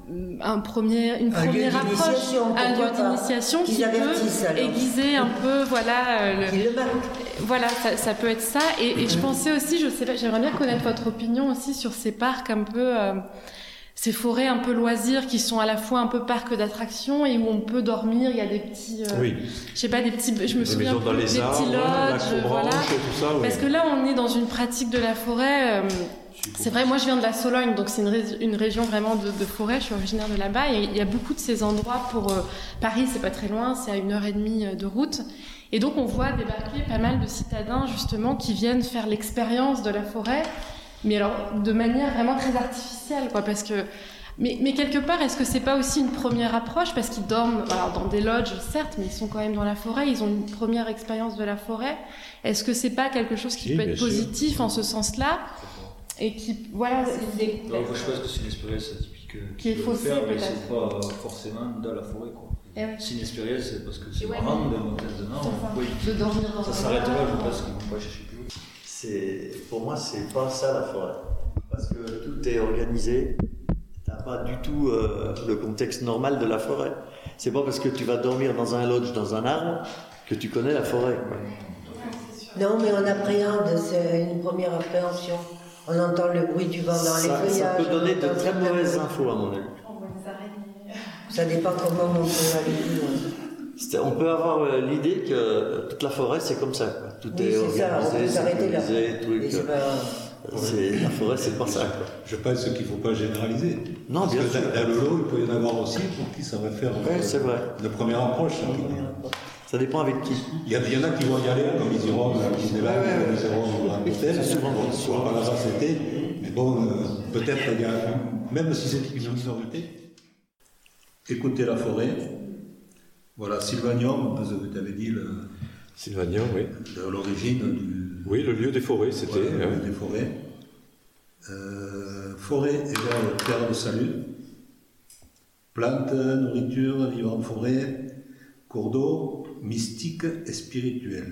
un premier, une un première lieu approche, un lieu d'initiation qui peut aiguiser un peu, voilà, le, le voilà, ça, ça peut être ça. Et, et je pensais aussi, je sais pas, j'aimerais bien connaître votre opinion aussi sur ces parcs un peu, euh, ces forêts un peu loisirs qui sont à la fois un peu parcs d'attractions et où on peut dormir. Il y a des petits, euh, oui. je sais pas, des petits, je me les souviens maisons dans plus, les des arbres, petits lodges, voilà. Et tout ça, oui. Parce que là, on est dans une pratique de la forêt. Euh, c'est vrai, moi je viens de la Sologne, donc c'est une, ré- une région vraiment de, de forêt. Je suis originaire de là-bas et il y a beaucoup de ces endroits pour euh, Paris. C'est pas très loin, c'est à une heure et demie de route. Et donc on voit débarquer pas mal de citadins justement qui viennent faire l'expérience de la forêt, mais alors de manière vraiment très artificielle, quoi, parce que. Mais, mais quelque part, est-ce que c'est pas aussi une première approche, parce qu'ils dorment alors, dans des lodges, certes, mais ils sont quand même dans la forêt, ils ont une première expérience de la forêt. Est-ce que c'est pas quelque chose qui oui, peut être positif sûr. en ce sens-là et qui, voilà, c'est des... Non, je pense que c'est une expérience atypique qui est faussée, faire, mais peut-être. c'est pas forcément dans la forêt, quoi. Eh oui. C'est une expérience, c'est parce que c'est Ouais, marrant mais... de monter dedans. Ça, oui. de dormir dans ça un s'arrête là, endroit. je pense qu'ils vont pas chercher plus haut. C'est, pour moi, c'est pas ça la forêt. Parce que tout est organisé. T'as pas du tout euh, le contexte normal de la forêt. C'est pas parce que tu vas dormir dans un lodge, dans un arbre, que tu connais la forêt, quoi. Non, mais on appréhende, c'est une première appréhension. On entend le bruit du vent dans ça, les feuillages. Ça peut donner de très certaines... mauvaises infos, à mon avis. Ça dépend comment on peut aller plus loin. On peut avoir euh, l'idée que toute la forêt, c'est comme ça, quoi. Tout oui, est c'est organisé, ça, on peut s'arrêter là. truc. Et c'est pas... C'est, la forêt, c'est pas ça, quoi. Je pense qu'il ne faut pas généraliser. Non, Parce bien que sûr. dans, dans le lot, il peut y en avoir aussi pour qui ça va faire oui, c'est vrai. de première approche. Ça dépend avec qui. Il y, a, il y en a qui vont y aller, comme ils iront à Disneyland, comme ils iront à l'hôtel, C'est souvent bon. soit par là c'était. Mais bon, euh, peut-être il y a, même si c'est une minorité, écoutez la forêt. Voilà, Sylvanium, parce que tu avais dit le. Sylvanium, oui. De l'origine du. Oui, le lieu des forêts, c'était. Voilà, le lieu hein. des forêts. Euh, forêt égale terre de salut. Plantes, nourriture, vivre en forêt, cours d'eau, mystique et spirituel.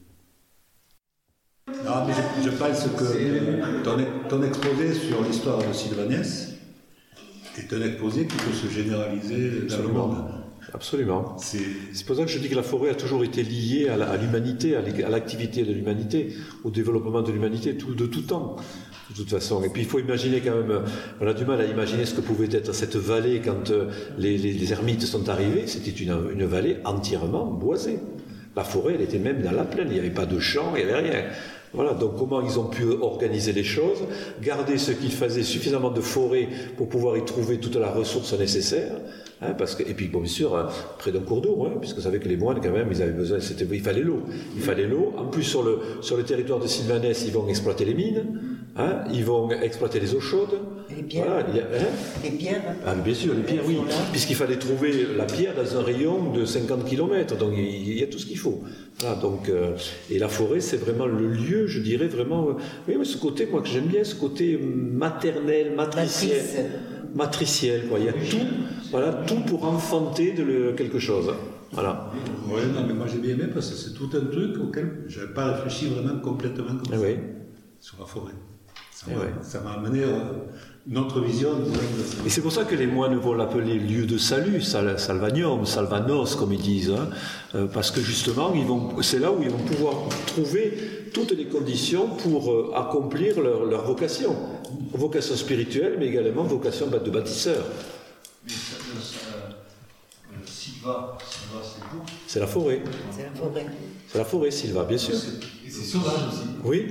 Non, mais je, je pense que ton, ton exposé sur l'histoire de Sylvanès est un exposé qui peut se généraliser dans le monde. Absolument. C'est... c'est pour ça que je dis que la forêt a toujours été liée à, la, à l'humanité, à l'activité de l'humanité, au développement de l'humanité, tout, de tout temps, de toute façon. Et puis il faut imaginer quand même, on a du mal à imaginer ce que pouvait être cette vallée quand les, les, les ermites sont arrivés. C'était une, une vallée entièrement boisée. La forêt, elle était même dans la plaine, il n'y avait pas de champs, il n'y avait rien. Voilà, donc comment ils ont pu organiser les choses, garder ce qu'il faisait, suffisamment de forêt pour pouvoir y trouver toute la ressource nécessaire, hein, parce que, et puis bon, bien sûr, près d'un cours d'eau, hein, puisque vous savez que les moines, quand même, ils avaient besoin, c'était, il fallait l'eau, il fallait l'eau. En plus, sur le, sur le territoire de Sylvanès, ils vont exploiter les mines, hein, ils vont exploiter les eaux chaudes. Les pierres. Voilà, il y a, hein, les pierres. Ah, bien sûr, les pierres, oui, puisqu'il fallait trouver la pierre dans un rayon de cinquante kilomètres, donc il, il y a tout ce qu'il faut. Voilà, donc, euh, et la forêt, c'est vraiment le lieu, je dirais vraiment, euh, oui, mais ce côté, moi, que j'aime bien, ce côté maternel, matriciel, Matrice. matriciel, quoi. Il y a tout, voilà, tout pour enfanter de le, quelque chose. Voilà. Oui, non, mais moi j'ai bien aimé parce que c'est tout un truc auquel je n'avais pas réfléchi vraiment complètement comme eh ça, oui. sur la forêt. Ça eh m'a, oui. ça m'a amené à une autre vision. Et c'est pour ça que les moines vont l'appeler lieu de salut, sal, salvanium, salvanos, comme ils disent, hein, euh, parce que justement, ils vont, c'est là où ils vont pouvoir trouver toutes les conditions pour euh, accomplir leur, leur vocation. Vocation spirituelle, mais également vocation de bâtisseur. Mais ça, ça, euh, Sylva, Sylva, c'est vous. C'est la forêt. C'est la forêt. C'est la forêt, Sylva, bien sûr. Et c'est sauvage aussi. Oui.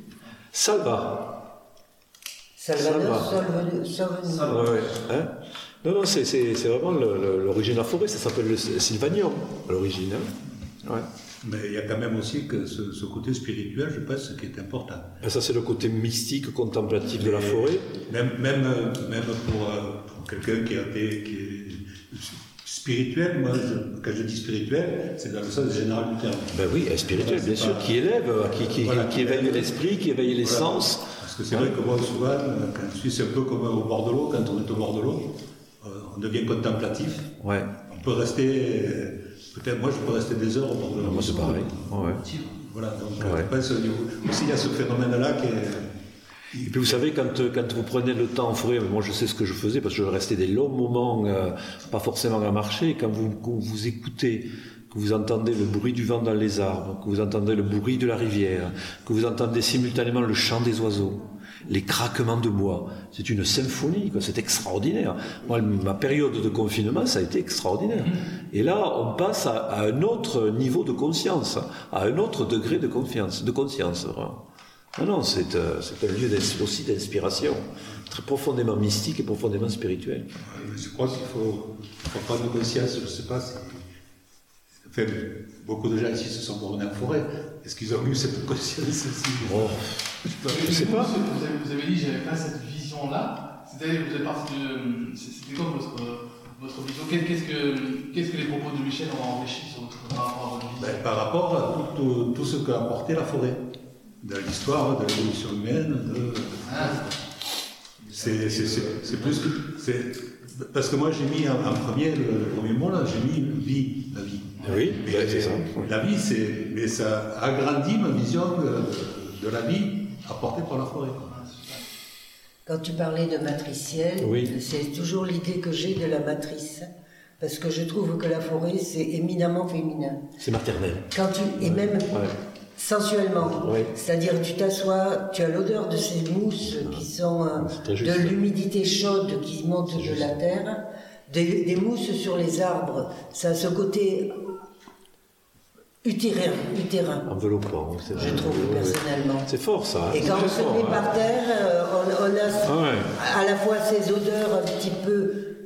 Salva. Salvanos, Salvanos. Ouais, ouais, hein non, non, c'est, c'est, c'est vraiment le, le, l'origine de la forêt, ça s'appelle le sylvanium, à l'origine. Hein ouais. Mais il y a quand même aussi que ce, ce côté spirituel, je pense, qui est important. Et ça, c'est le côté mystique, contemplatif de la forêt. Même, même, même pour, pour quelqu'un qui, a été, qui est spirituel, moi, je, quand je dis spirituel, c'est dans le sens général du terme. Ben oui, spirituel, bien sûr, qui élève, qui, qui, voilà, qui, qui éveille l'esprit, qui éveille les voilà. sens. Parce que c'est vrai que moi, souvent, quand je suis, c'est un peu comme au bord de l'eau, quand on est au bord de l'eau, on devient contemplatif. Ouais. On peut rester, peut-être, moi, je peux rester des heures au bord de l'eau. Moi, c'est pareil. Ouais. Voilà, donc ouais. je pense, aussi, il y a ce phénomène-là qui est... Et puis vous savez, quand, quand vous prenez le temps en forêt, moi je sais ce que je faisais parce que je restais des longs moments, euh, pas forcément à marcher, quand vous, quand vous écoutez, que vous entendez le bruit du vent dans les arbres, que vous entendez le bruit de la rivière, que vous entendez simultanément le chant des oiseaux, les craquements de bois, c'est une symphonie, quoi. C'est extraordinaire. Moi, ma période de confinement, ça a été extraordinaire. Et là, on passe à, à un autre niveau de conscience, à un autre degré de confiance, de conscience. Vraiment. Non, non, c'est, euh, c'est un lieu aussi d'inspiration, très profondément mystique et profondément spirituel. Je crois qu'il faut, faut prendre conscience, je ne sais pas si... Enfin, beaucoup de gens ici se sont bornés en forêt. Est-ce qu'ils ont eu cette conscience aussi? Oh, je ne sais pas. Vous avez, vous avez dit, j'avais pas cette vision-là. C'était, vous avez parti de... C'était quoi votre, votre vision? Qu'est-ce que, qu'est-ce que les propos de Michel ont enrichi sur votre, par rapport à votre vision? Ben, par rapport à tout, tout, tout ce qu'a apporté la forêt. De l'histoire, de l'évolution humaine, de... Ah. C'est, c'est, c'est, c'est plus que... C'est... Parce que moi j'ai mis en, en premier, le, le premier mot là, j'ai mis vie, la vie. Oui, mais, ouais, c'est ça. La vie, c'est... Mais ça agrandit ma vision de, de la vie apportée par la forêt. Quand tu parlais de matriciel, oui. C'est toujours l'idée que j'ai de la matrice. Parce que je trouve que la forêt, c'est éminemment féminin. C'est maternel. Quand tu... Et même... Ouais. Sensuellement, oui. C'est-à-dire tu t'assois, tu as l'odeur de ces mousses qui sont euh, de l'humidité chaude qui monte de la terre, des, des mousses sur les arbres, ça a ce côté utérin, utérin. Enveloppant, c'est je trouve oui, personnellement. C'est fort ça. Et quand on se met hein. par terre, euh, on, on a ah ouais. à la fois ces odeurs un petit peu,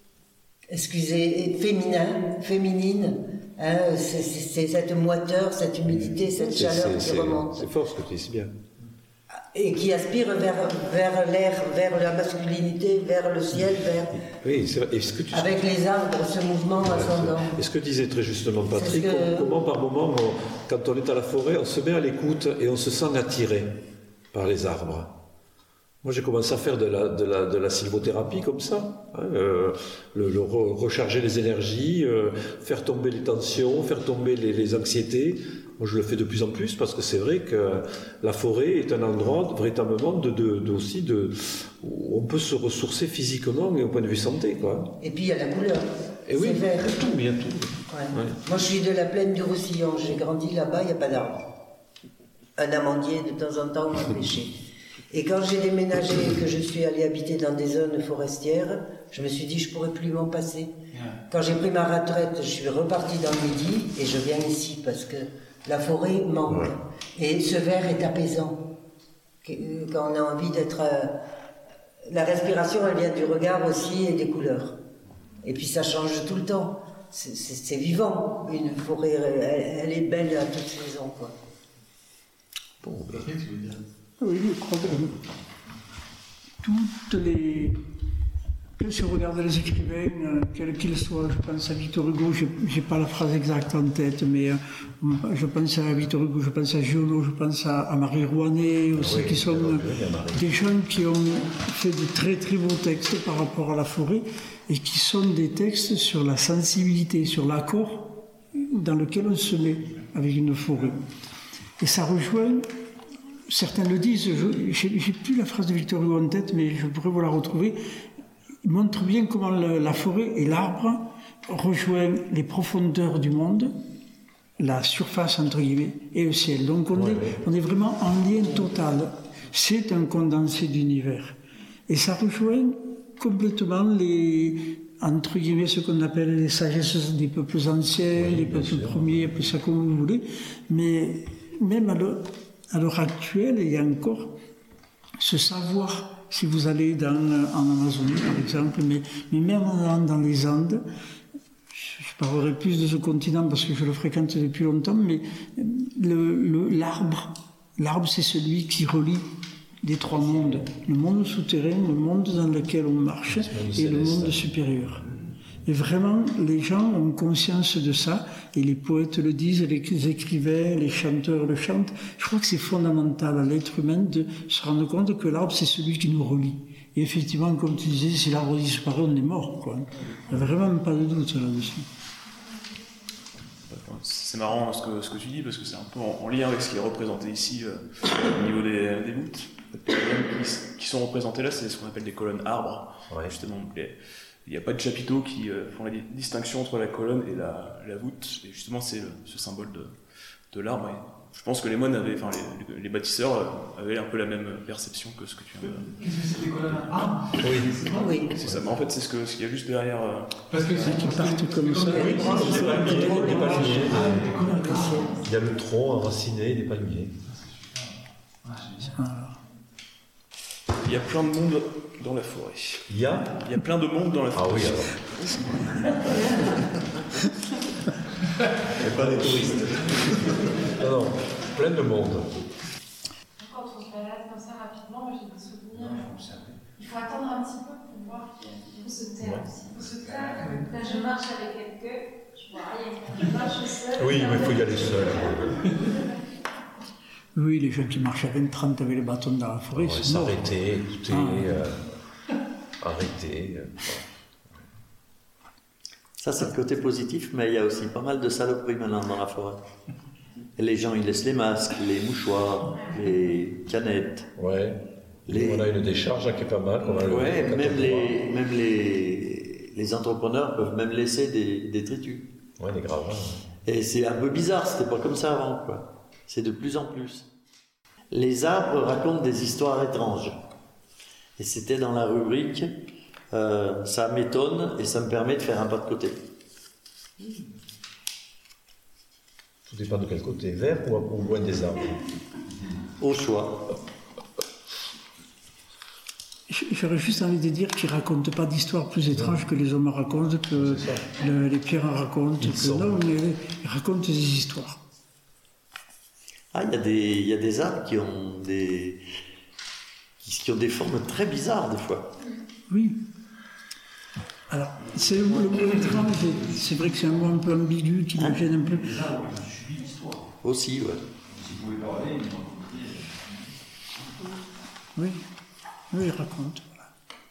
excusez, féminin, féminines. Hein, c'est, c'est, c'est cette moiteur, cette humidité, cette c'est, chaleur c'est, qui c'est, remonte. C'est fort ce que tu dis, c'est bien. Et qui aspire vers, vers l'air, vers la masculinité, vers le ciel, vers... Oui, c'est vrai. Et ce que tu... Avec les arbres, ce mouvement ouais, ascendant. Et ce que disait très justement Patrick, que... comment par moment, on, quand on est à la forêt, on se met à l'écoute et on se sent attiré par les arbres. Moi, j'ai commencé à faire de la, de la, de la sylvothérapie comme ça, hein, euh, le, le re, recharger les énergies, euh, faire tomber les tensions, faire tomber les, les anxiétés. Moi, je le fais de plus en plus parce que c'est vrai que la forêt est un endroit véritablement de, de, de aussi de, où on peut se ressourcer physiquement et au point de vue santé, quoi. Et puis il y a la couleur. Et oui, c'est vert. Il y a tout, il y a tout. Ouais. Ouais. Moi, je suis de la plaine du Roussillon. J'ai grandi là-bas, il n'y a pas d'arbre. Un amandier de temps en temps m'a pêché. Et quand j'ai déménagé et que je suis allée habiter dans des zones forestières, je me suis dit je ne pourrais plus m'en passer. Quand j'ai pris ma retraite, je suis repartie dans le Midi et je viens ici parce que la forêt manque. Ouais. Et ce vert est apaisant. Quand on a envie d'être... Euh, la respiration, elle vient du regard aussi et des couleurs. Et puis ça change tout le temps. C'est, c'est, c'est vivant. Une forêt, elle, elle est belle à toutes saisons, quoi. Bon, ben, tu veux dire... Oui, je crois que toutes les... Si on regarde les écrivains, euh, quels qu'ils soient, je pense à Victor Hugo, je n'ai pas la phrase exacte en tête, mais euh, je pense à Victor Hugo, je pense à Giono, je pense à, à Marie Rouanet aussi, oui, qui sont euh, des gens qui ont fait de très très beaux textes par rapport à la forêt et qui sont des textes sur la sensibilité, sur l'accord dans lequel on se met avec une forêt. Et ça rejoint... Certains le disent, je n'ai plus la phrase de Victor Hugo en tête, mais je pourrais vous la retrouver. Il montre bien comment le, la forêt et l'arbre rejoignent les profondeurs du monde, la surface entre guillemets, et le ciel. Donc on, ouais, est, ouais. on est vraiment en lien total. C'est un condensé d'univers. Et ça rejoint complètement les, entre guillemets, ce qu'on appelle les sagesses des peuples anciens, oui, les peuples sûr. premiers, appelez ça comme vous voulez. Mais même à l'heure, à l'heure actuelle, il y a encore ce savoir. Si vous allez dans, en Amazonie, par exemple, mais, mais même en allant dans les Andes, je parlerai plus de ce continent parce que je le fréquente depuis longtemps, mais le, le, l'arbre, l'arbre, c'est celui qui relie les trois mondes. Le monde souterrain, le monde dans lequel on marche et le monde supérieur. Et vraiment, les gens ont conscience de ça, et les poètes le disent, les écrivains, les chanteurs le chantent. Je crois que c'est fondamental à l'être humain de se rendre compte que l'arbre, c'est celui qui nous relie. Et effectivement, comme tu disais, si l'arbre disparaît, on est mort, quoi. Il n'y a vraiment pas de doute là-dessus. c'est marrant ce que, ce que tu dis, parce que c'est un peu en, en lien avec ce qui est représenté ici euh, au niveau des, des voûtes. Les colonnes qui, qui sont représentées là, c'est ce qu'on appelle des colonnes arbres. Ouais. Justement, les, il n'y a pas de chapiteaux qui euh, font la distinction entre la colonne et la, la voûte. Et justement, c'est le, ce symbole de, de l'arbre. Et je pense que les moines avaient, enfin les, les, les bâtisseurs euh, avaient un peu la même perception que ce que tu viens de. Qu'est-ce que c'est des colonnes arbres? Oui. oui. C'est ça. Mais en fait, c'est ce que ce qu'il y a juste derrière. Euh... Parce que c'est qu'ils partent comme ça. Les palmiers, les palmiers. Il y a le tronc enraciné des palmiers. Il y a plein de monde dans la forêt. Il y a Il y a plein de monde dans la forêt. Ah oui, alors. Et pas des touristes. Non, non, plein de monde. Quand on se balade comme ça rapidement, moi j'ai des souvenirs. Il faut attendre un petit peu pour voir qu'il faut se taire aussi. Il faut se taire. Là, je marche avec quelqu'un, je vois rien. Je marche seul. Oui, mais il faut y aller seul. Oui, les gens qui marchent à vingt trente avec les bâtons dans la forêt, ouais, c'est mort. S'arrêter, écouter, ah. euh, arrêter. Euh, Ça, c'est le côté positif, mais il y a aussi pas mal de saloperies maintenant dans la forêt. Et les gens, ils laissent les masques, les mouchoirs, les canettes. Ouais. Les... On a une décharge qui est pas mal. Ouais, le... même, les, même les, les entrepreneurs peuvent même laisser des détritus. Ouais, des gravats. Ouais. Et c'est un peu bizarre, c'était pas comme ça avant, quoi. C'est de plus en plus. Les arbres racontent des histoires étranges. Et c'était dans la rubrique euh, ça m'étonne et ça me permet de faire un pas de côté. Tout dépend de quel côté, vert ou, ou loin des arbres? Au choix. J'aurais juste envie de dire qu'ils ne racontent pas d'histoires plus étranges que les hommes racontent, que le, les pierres racontent. Que non, mais ils racontent des histoires. Ah, il y a des, il y a des arbres qui ont des, qui ont des formes très bizarres des fois. Oui. Alors, c'est le, le mot étrange, c'est vrai que c'est un mot un peu ambigu qui me gêne un peu. Les arbres ont suivi l'histoire. Aussi, ouais. Si vous pouvez parler, ils ont Oui, oui, ils racontent. Voilà.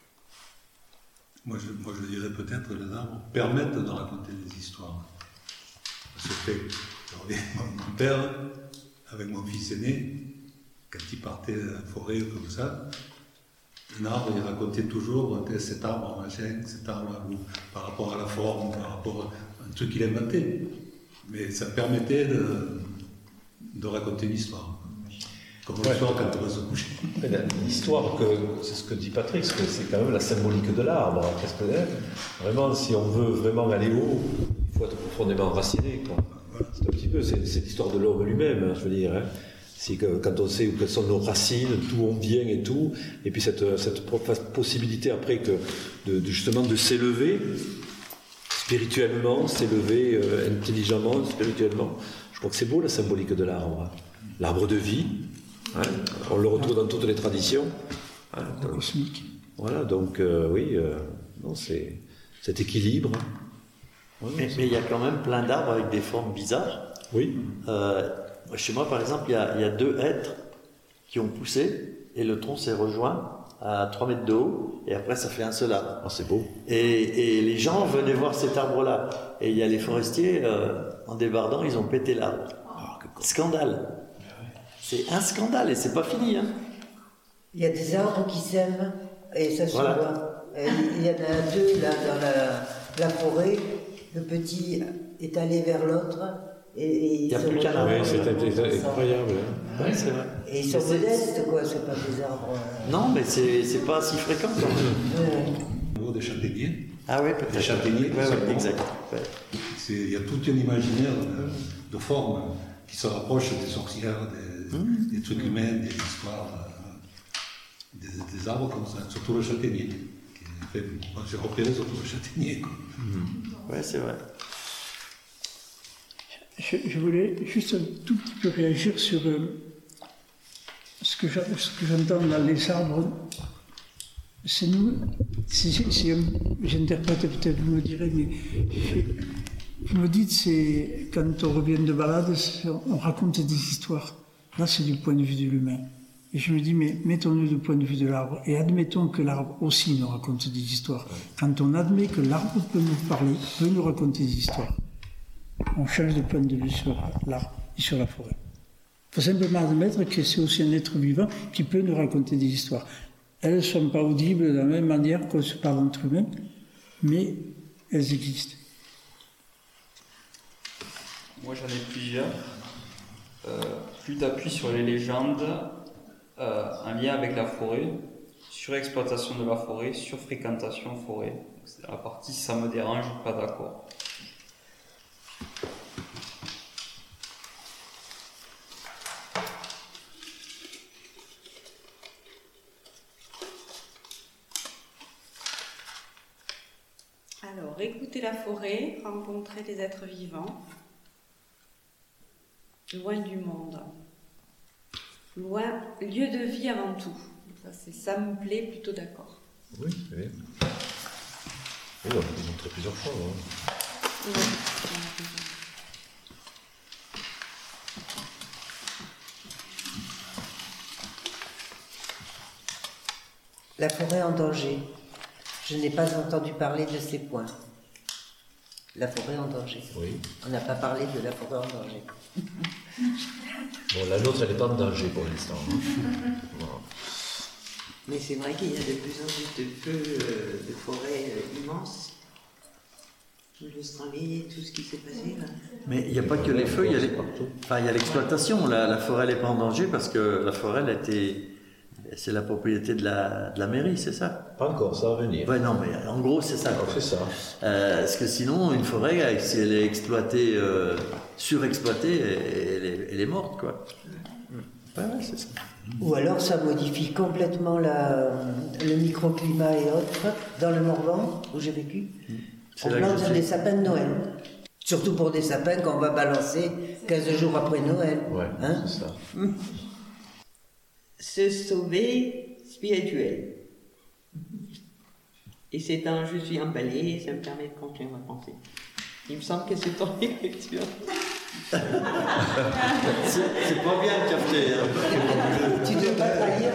Moi, je, moi, je dirais peut-être les arbres permettent de raconter des histoires. Ce fait, mon père, avec mon fils aîné, quand il partait dans la forêt comme ça, un arbre, il racontait toujours cet arbre, machin, cet arbre, par rapport à la forme, par rapport à un truc qu'il inventait. Mais ça permettait de, de raconter une histoire. Comme le ouais. soir quand on va se coucher. L'histoire, que, c'est ce que dit Patrick, c'est, c'est quand même la symbolique de l'arbre. Parce que vraiment, si on veut vraiment aller haut, il faut être profondément enraciné. Quoi. C'est un petit peu, c'est, c'est l'histoire de l'homme lui-même, hein, je veux dire. Hein. C'est que quand on sait quelles sont nos racines, d'où on vient et tout, et puis cette, cette possibilité après que de, de justement de s'élever spirituellement, s'élever euh, intelligemment, spirituellement. Je crois que c'est beau la symbolique de l'arbre. L'arbre de vie, hein, on le retrouve dans toutes les traditions. Hein, donc, cosmique. Voilà, donc euh, oui, euh, non, c'est cet équilibre. Ouais, mais il y a quand même plein d'arbres avec des formes bizarres. Oui. Euh, Chez moi, par exemple, il y, a, il y a deux hêtres qui ont poussé et le tronc s'est rejoint à trois mètres de haut et après ça fait un seul arbre. Oh, c'est beau. Et, et les gens venaient voir cet arbre-là. Et il y a les forestiers, euh, en débardant, ils ont pété l'arbre. Oh, scandale. C'est un scandale et c'est pas fini. Hein. Il y a des arbres qui s'aiment et ça se voilà. voit. Et il y en a deux là dans la, la forêt. Le petit est allé vers l'autre. Et, et il n'y a plus qu'un arbre. Oui, c'est incroyable. Hein. Oui, c'est vrai. Et ils sont modestes, quoi, c'est pas des arbres. Euh... Non, mais c'est, c'est pas si fréquent. Au niveau des châtaigniers. Ah oui, peut-être. Les châtaigniers, ouais, ouais, exact. Ouais. Il y a tout un imaginaire de, de formes qui se rapproche des sorcières, des, mmh. des trucs humains, des histoires, euh, des, des arbres comme ça, surtout le châtaignier. Qui fait, moi, j'ai repéré surtout le châtaignier. Mmh. Ouais, c'est vrai. Je, je voulais juste un tout petit peu réagir sur euh, ce, que ce que j'entends dans les arbres. C'est nous, c'est, c'est, j'interprète peut-être, vous me direz, mais vous me dites, c'est quand on revient de balade, on raconte des histoires. Là, c'est du point de vue de l'humain. Et je me dis, mais mettons-nous du point de vue de l'arbre et admettons que l'arbre aussi nous raconte des histoires. Quand on admet que l'arbre peut nous parler, peut nous raconter des histoires. on change de point de vue sur l'arbre et sur la forêt. Il faut simplement admettre que c'est aussi un être vivant qui peut nous raconter des histoires. Elles ne sont pas audibles de la même manière qu'on se parle entre humains, mais elles existent. Moi j'en ai plusieurs. Euh, plus d'appuis sur les légendes, euh, en lien avec la forêt, surexploitation de la forêt, surfréquentation forêt. C'est la partie ça me dérange, pas d'accord. Alors, écouter la forêt, rencontrer des êtres vivants, loin du monde, loin, lieu de vie avant tout. Ça, c'est, ça me plaît, plutôt d'accord. Oui, oui. Oui, on peut le montrer plusieurs fois. Hein. Oui. La forêt en danger. Je n'ai pas entendu parler de ces points. La forêt en danger. Oui. On n'a pas parlé de la forêt en danger. Bon, la nôtre, elle n'est pas en danger pour l'instant. Hein. Voilà. Mais c'est vrai qu'il y a de plus en plus de feux euh, de forêt euh, immenses. L'Australie, tout ce qui s'est passé là. Mais il n'y a pas que les feux, il y a, les... enfin, il y a l'exploitation. La, la forêt n'est pas en danger parce que la forêt, elle était... c'est la propriété de la, de la mairie, c'est ça? Pas encore, ça va venir. Ouais, non, mais en gros, c'est ça. C'est ça. Euh, parce que sinon, une forêt, si elle est exploitée, euh, surexploitée, elle est, elle est morte, quoi. Ouais, ouais, c'est ça. Ou alors ça modifie complètement la, le microclimat et autres. Dans le Morvan, où j'ai vécu, c'est on plante des sapins de Noël. Surtout pour des sapins qu'on va balancer quinze jours après Noël. Ouais, hein? C'est ça. Se sauver spirituel. Et c'est un je suis emballé, ça me permet de continuer ma pensée. Il me semble que c'est ton lecture. c'est, c'est pas bien capté. Hein. Tu ne dois pas trahir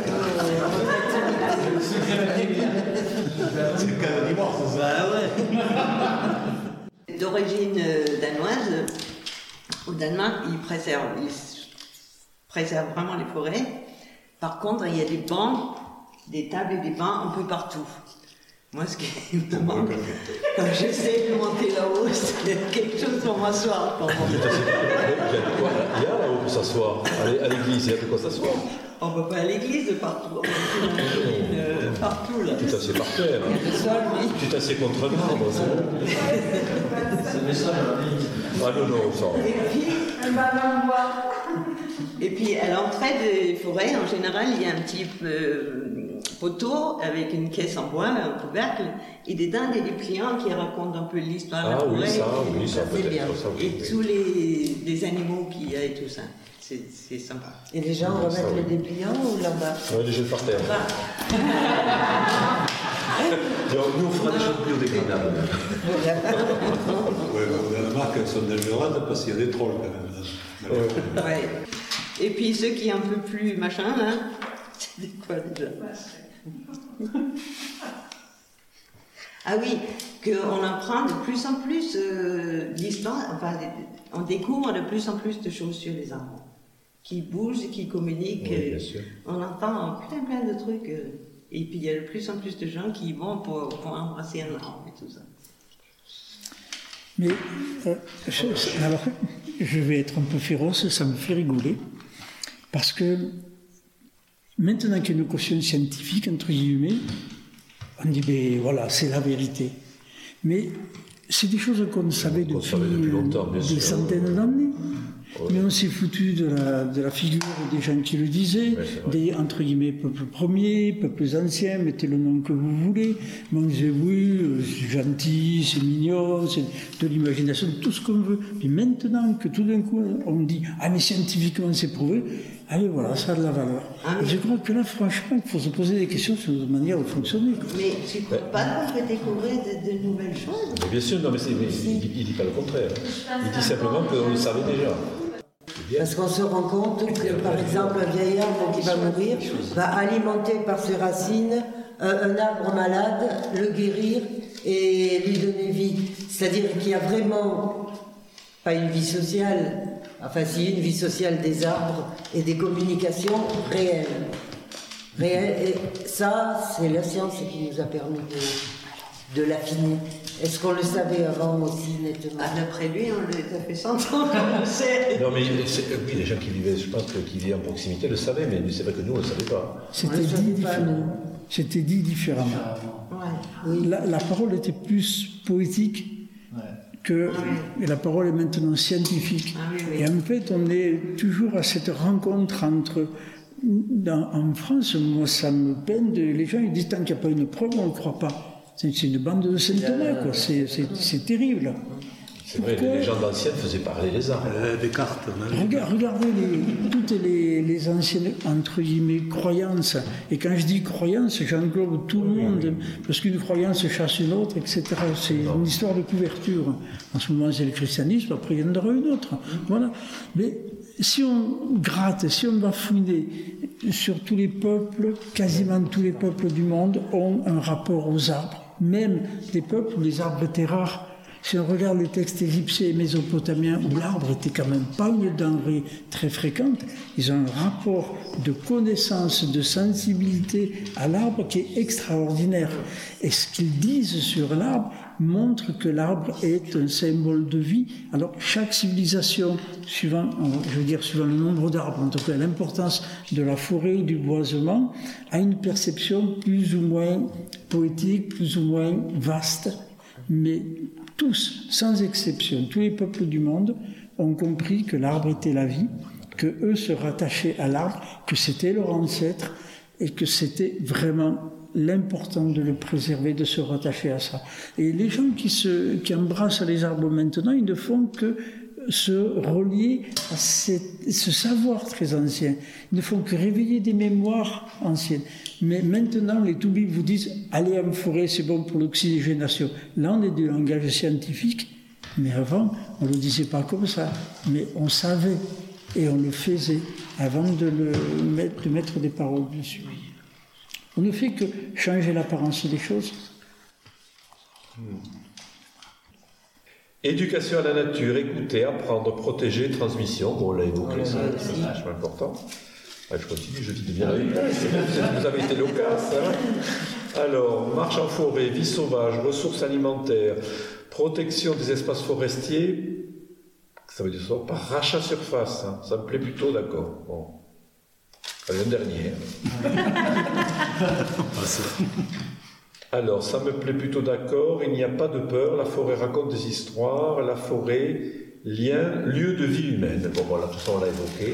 c'est le cas de divorce, ça. Bah ouais. D'origine danoise, au Danemark, ils préservent, ils préservent vraiment les forêts. Par contre, il y a des bancs, des tables et des bancs un peu partout. Moi, ce qui me manque, quand j'essaie de monter là-haut, c'est quelque chose pour m'asseoir. Pour il y a là-haut pour s'asseoir. À l'église, il y a de quoi s'asseoir. On ne peut pas à l'église de partout. On peut euh, partout là. Tu t'assieds par terre. Il y a le sol, oui. Tu t'assieds contre un arbre, c'est bon. C'est ça, ah non, non, ça. Et puis, un ballon en bois. Et puis, à l'entrée des forêts, en général, il y a un petit euh, poteau avec une caisse en bois, un couvercle, et dedans, il y a des pliants qui racontent un peu l'histoire de la ah, forêt. Oui, ça, oui, ça, c'est bien. Ça, oui, et oui. tous les, les animaux qu'il y a et tout ça. C'est, c'est sympa. Et les gens remettent ça, oui. Le dépliant ou là-bas? Oui, les jettent par terre. Donc, nous, on fera des choses biodégradables. Oui, au Danemark, elles sont dangereuses parce qu'il y a des trolls quand même. Ouais. Ouais. Et puis ceux qui sont un peu plus machin, là, c'est des quoi déjà? Ah oui, qu'on apprend de plus en plus euh, d'histoire, enfin, on découvre de plus en plus de choses sur les arbres, qui bougent, qui communiquent. Oui, bien sûr. On entend plein plein de trucs. Euh, et puis il y a de plus en plus de gens qui vont pour, pour embrasser un arbre et tout ça. Mais euh, je, alors, je vais être un peu féroce, ça me fait rigoler, parce que maintenant qu'il y a une caution scientifique, entre guillemets, on dit, ben voilà, c'est la vérité. Mais c'est des choses qu'on savait depuis, depuis longtemps, des sûr. centaines d'années. Ouais. Mais on s'est foutu de la, de la figure des gens qui le disaient, ouais, des, entre guillemets, peuples premiers, peuples anciens, mettez le nom que vous voulez. Mais on disait, oui, c'est gentil, c'est mignon, c'est de l'imagination, tout ce qu'on veut. Mais maintenant que tout d'un coup, on dit, ah mais scientifiquement c'est prouvé, allez voilà, ça a de la valeur. Ah, mais... Je crois que là, franchement, il faut se poser des questions sur notre manière de fonctionner. Quoi. Mais tu ne crois pas qu'on peut découvrir de, de nouvelles choses? Mais bien sûr, non, mais, mais il ne dit pas le contraire. Il dit simplement qu'on le savait déjà. Parce qu'on se rend compte que, par exemple, un vieil arbre qui va mourir va alimenter par ses racines un, un arbre malade, le guérir et lui donner vie. C'est-à-dire qu'il y a vraiment pas une vie sociale, enfin si une vie sociale des arbres et des communications réelles. réelles. Et ça, c'est la science qui nous a permis de, de l'affiner. Est-ce qu'on le savait avant aussi, nettement? Ah, d'après lui, on les a fait cent ans, comme on sait. Non, mais oui, les gens qui vivaient, je pense que qui vivaient en proximité le savaient, mais c'est vrai que nous, on ne le savait pas. C'était dit différemment. C'était dit différemment. Ouais, oui. la, la parole était plus poétique que et la parole est maintenant scientifique. Ah, oui, oui. Et en fait, on est toujours à cette rencontre entre... Dans, en France, moi, ça me peine. De, les gens ils disent tant qu'il n'y a pas une preuve, on ne le croit pas. C'est, c'est une bande de Saint-Thomas, quoi. C'est, c'est, c'est terrible. C'est vrai, les légendes anciennes faisaient parler les arbres. Euh, des cartes. Regarde, regardez les, toutes les, les anciennes, entre guillemets, croyances. Et quand je dis croyances, j'englobe tout le monde. Parce qu'une croyance chasse une autre, et cetera. C'est une histoire de couverture. En ce moment, c'est le christianisme, après, il y en aura une autre. Voilà. Mais si on gratte, si on va fouiner sur tous les peuples, quasiment tous les peuples du monde ont un rapport aux arbres. Même les peuples où les arbres étaient rares. Si on regarde les textes égyptiens et mésopotamiens, où l'arbre était quand même pas une denrée très fréquente, ils ont un rapport de connaissance, de sensibilité à l'arbre qui est extraordinaire. Et ce qu'ils disent sur l'arbre montre que l'arbre est un symbole de vie. Alors chaque civilisation, suivant, je veux dire, suivant le nombre d'arbres, en tout cas l'importance de la forêt ou du boisement, a une perception plus ou moins poétique, plus ou moins vaste, mais tous, sans exception, tous les peuples du monde ont compris que l'arbre était la vie, que eux se rattachaient à l'arbre, que c'était leur ancêtre et que c'était vraiment l'important de le préserver, de se rattacher à ça. Et les gens qui, se, qui embrassent les arbres maintenant, ils ne font que se relier à cette, ce savoir très ancien. Ils ne font que réveiller des mémoires anciennes. Mais maintenant, les toubibs vous disent « Allez en forêt, c'est bon pour l'oxygénation ». Là, on est du langage scientifique, mais avant, on ne le disait pas comme ça. Mais on savait et on le faisait avant de, le mettre, de mettre des paroles dessus. On ne fait que changer l'apparence des choses. Hmm. Éducation à la nature, écouter, apprendre, protéger, transmission. Bon, on l'a évoqué, ça, c'est vachement important. Ouais, je continue, je dis bien la vie. Vous avez été loquace. Hein. Alors, marche en forêt, vie sauvage, ressources alimentaires, protection des espaces forestiers. Ça veut dire ça par rachat surface. Hein. Ça me plaît plutôt, d'accord. Bon. Allez, un dernier. Alors, ça me plaît plutôt d'accord. Il n'y a pas de peur. La forêt raconte des histoires. La forêt, lien, lieu de vie humaine. Bon, voilà, tout ça, on l'a évoqué.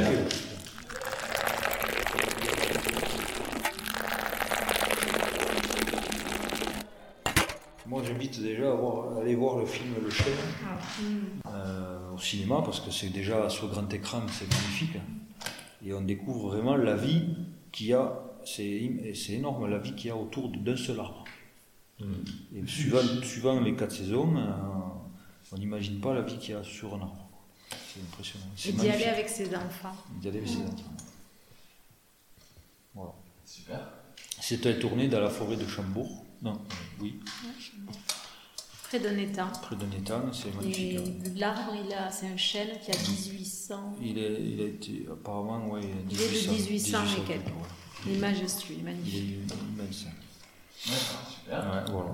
Moi, j'invite déjà à, voir, à aller voir le film Le Chêne euh, au cinéma, parce que c'est déjà sur grand écran, c'est magnifique. Et on découvre vraiment la vie qu'il y a, c'est, c'est énorme, la vie qu'il y a autour d'un seul arbre. Mmh. Et suivant, suivant les quatre saisons, euh, on n'imagine pas la vie qu'il y a sur un arbre. C'est impressionnant. C'est et d'y magnifique. aller avec ses enfants. D'y aller avec ses enfants. Voilà. Super. C'était tourné dans la forêt de Chambourg. Non, euh, oui. Ouais, près d'un étang. Près d'un étang, c'est magnifique. Et hein. L'arbre, il a, c'est un chêne qui a dix-huit cents. Il, est, il a été, apparemment, oui, il est de dix-huit cents et quelques. Ouais. Il est majestueux, il est magnifique. Il est immense. D'accord, super. Ouais, voilà.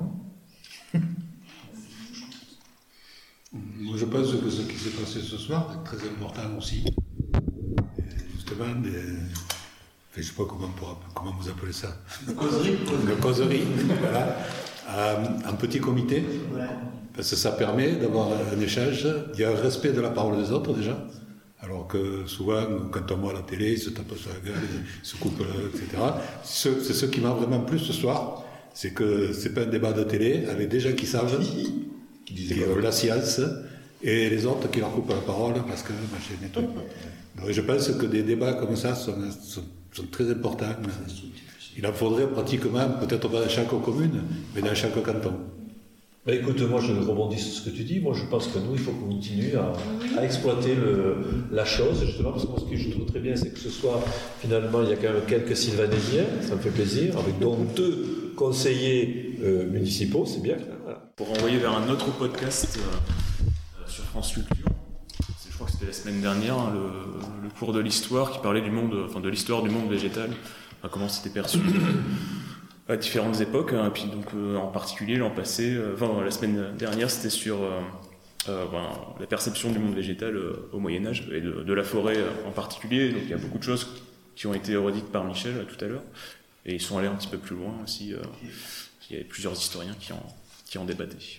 Moi, je pense que ce qui s'est passé ce soir est très important aussi. Et justement, des... je ne sais pas comment, pourra, comment vous appelez ça. Une causerie. Une causerie, voilà. Euh, un petit comité. Ouais. Parce que ça permet d'avoir un échange. Il y a un respect de la parole des autres déjà. Alors que souvent, quand on voit la télé, ils se tapent sur la gueule, ils se coupent, et cetera. C'est ce qui m'a vraiment plu ce soir, c'est que c'est pas un débat de télé avec des gens qui savent, qui disent la science, et les autres qui leur coupent la parole parce que machin et tout. Donc je pense que des débats comme ça sont, sont, sont très importants. Il en faudrait pratiquement, peut-être pas dans chaque commune, mais dans chaque canton. Ben écoute, moi je rebondis sur ce que tu dis. Moi je pense que nous, il faut qu'on continue à, à exploiter le, la chose, justement, parce que moi, ce que je trouve très bien, c'est que ce soir, finalement, il y a quand même quelques sylvanésiens, ça me fait plaisir, avec donc deux conseillers euh, municipaux, c'est bien. Voilà. Pour renvoyer vers un autre podcast euh, sur France Culture. c'était la semaine dernière, hein, le, le cours de l'histoire qui parlait du monde, enfin de l'histoire du monde végétal, enfin, comment c'était perçu à différentes époques, hein, et puis donc euh, en particulier l'an passé, euh, enfin la semaine dernière, c'était sur euh, euh, ben, la perception du monde végétal euh, au Moyen Âge et de, de la forêt euh, en particulier. Donc il y a beaucoup de choses qui ont été redites par Michel euh, tout à l'heure, et ils sont allés un petit peu plus loin aussi. Euh, il y a plusieurs historiens qui en, qui en débattaient.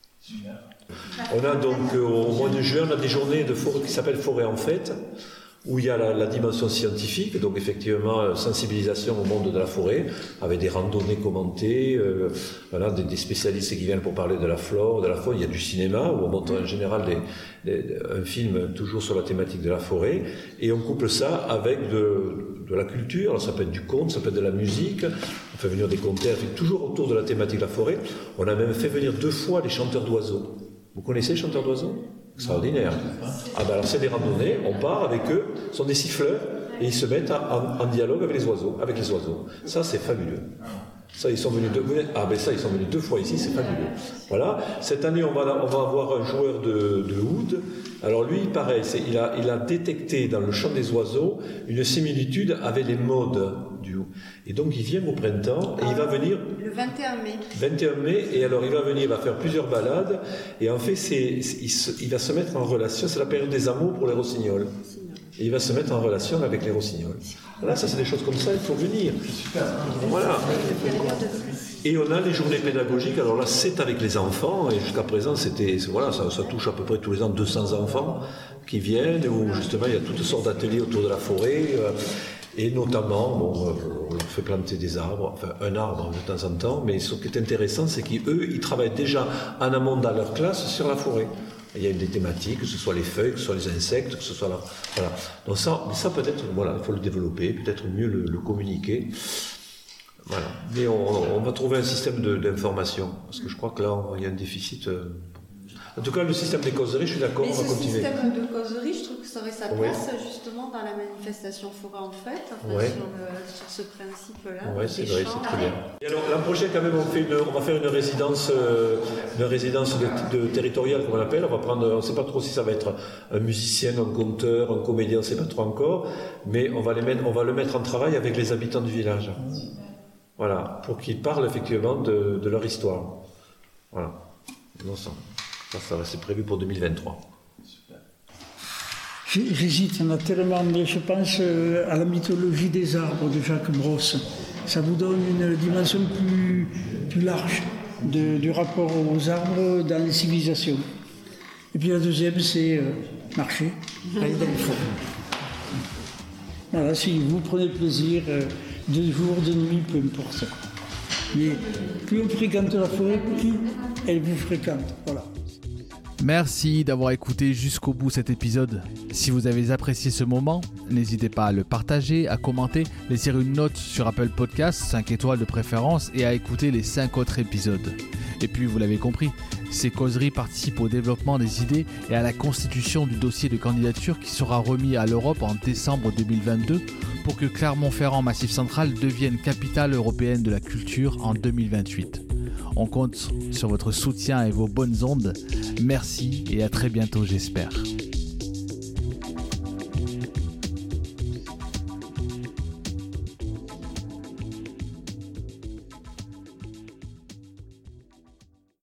On a donc euh, au mois de juin, on a des journées de forêt qui s'appellent Forêt en fête, où il y a la, la dimension scientifique, donc effectivement euh, sensibilisation au monde de la forêt, avec des randonnées commentées, euh, voilà, des, des spécialistes qui viennent pour parler de la flore, de la faune. Il y a du cinéma, où on montre en général des, des, un film toujours sur la thématique de la forêt, et on couple ça avec de, de la culture. Alors ça peut être du conte, ça peut être de la musique, on fait venir des contes, toujours autour de la thématique de la forêt. On a même fait venir deux fois les chanteurs d'oiseaux. Vous connaissez les chanteurs d'oiseaux ? Extraordinaire. Ah ben alors c'est des randonnées, on part avec eux, ce sont des siffleurs, et ils se mettent en, en dialogue avec les oiseaux, avec les oiseaux. Ça c'est fabuleux. Ça ils sont venus deux, ah ben ça ils sont venus deux fois ici, c'est fabuleux. Voilà. Cette année on va, on va avoir un joueur de, de oud. Alors lui pareil, c'est, il a, il a détecté dans le chant des oiseaux une similitude avec les modes du oud. Et donc il vient au printemps et il va venir le vingt et un mai. vingt et un mai, et alors il va venir, il va faire plusieurs balades, et en fait c'est, c'est, il, se, il va se mettre en relation, c'est la période des amours pour les rossignols. Et il va se mettre en relation avec les rossignols. Voilà, ça c'est des choses comme ça, il faut venir. Voilà. Et on a les journées pédagogiques, alors là c'est avec les enfants, et jusqu'à présent c'était, voilà, ça, ça touche à peu près tous les ans deux cents enfants qui viennent, où justement il y a toutes sortes d'ateliers autour de la forêt, euh, et notamment, bon, on leur fait planter des arbres, enfin un arbre de temps en temps, mais ce qui est intéressant c'est qu'eux, ils travaillent déjà en amont dans leur classe sur la forêt. Il y a des thématiques, que ce soit les feuilles, que ce soit les insectes, que ce soit la... Voilà. Donc ça, ça peut-être, voilà, il faut le développer, peut-être mieux le, le communiquer. Voilà. Mais on, on va trouver un système de, d'information, parce que je crois que là, il y a un déficit. Euh... En tout cas, le système des causeries, je suis d'accord, Mais on va ce continuer. système de causerie, je trouve que ça aurait sa Oui. place justement dans la manifestation Forêt en fête, enfin, Ouais. sur, le, sur ce principe-là. Oui, c'est des vrai, champs. c'est très bien. Et alors, l'an prochain, quand même, on, fait une, on va faire une résidence, euh, une résidence de, de territoriale, comme on l'appelle. On va prendre, on ne sait pas trop si ça va être un musicien, un conteur, un comédien, on ne sait pas trop encore, mais on va, les mettre, on va le mettre en travail avec les habitants du village. Voilà, pour qu'ils parlent effectivement de, de leur histoire. Voilà. Non, ça, ça, ça c'est prévu pour deux mille vingt-trois. J'hésite, on a tellement, mais je pense euh, à la mythologie des arbres de Jacques Brosse. Ça vous donne une dimension plus, plus large de, du rapport aux arbres dans les civilisations. Et puis la deuxième, c'est euh, marcher, aller dans les forêts. Voilà, si vous prenez plaisir, euh, de jour, de nuit, peu importe. Mais plus on fréquente la forêt, plus elle vous fréquente. Voilà. Merci d'avoir écouté jusqu'au bout cet épisode. Si vous avez apprécié ce moment, n'hésitez pas à le partager, à commenter, laisser une note sur Apple Podcasts, cinq étoiles de préférence, et à écouter les cinq autres épisodes. Et puis, vous l'avez compris, ces causeries participent au développement des idées et à la constitution du dossier de candidature qui sera remis à l'Europe en décembre deux mille vingt-deux pour que Clermont-Ferrand Massif Central devienne capitale européenne de la culture en deux mille vingt-huit. On compte sur votre soutien et vos bonnes ondes. Merci et à très bientôt, j'espère.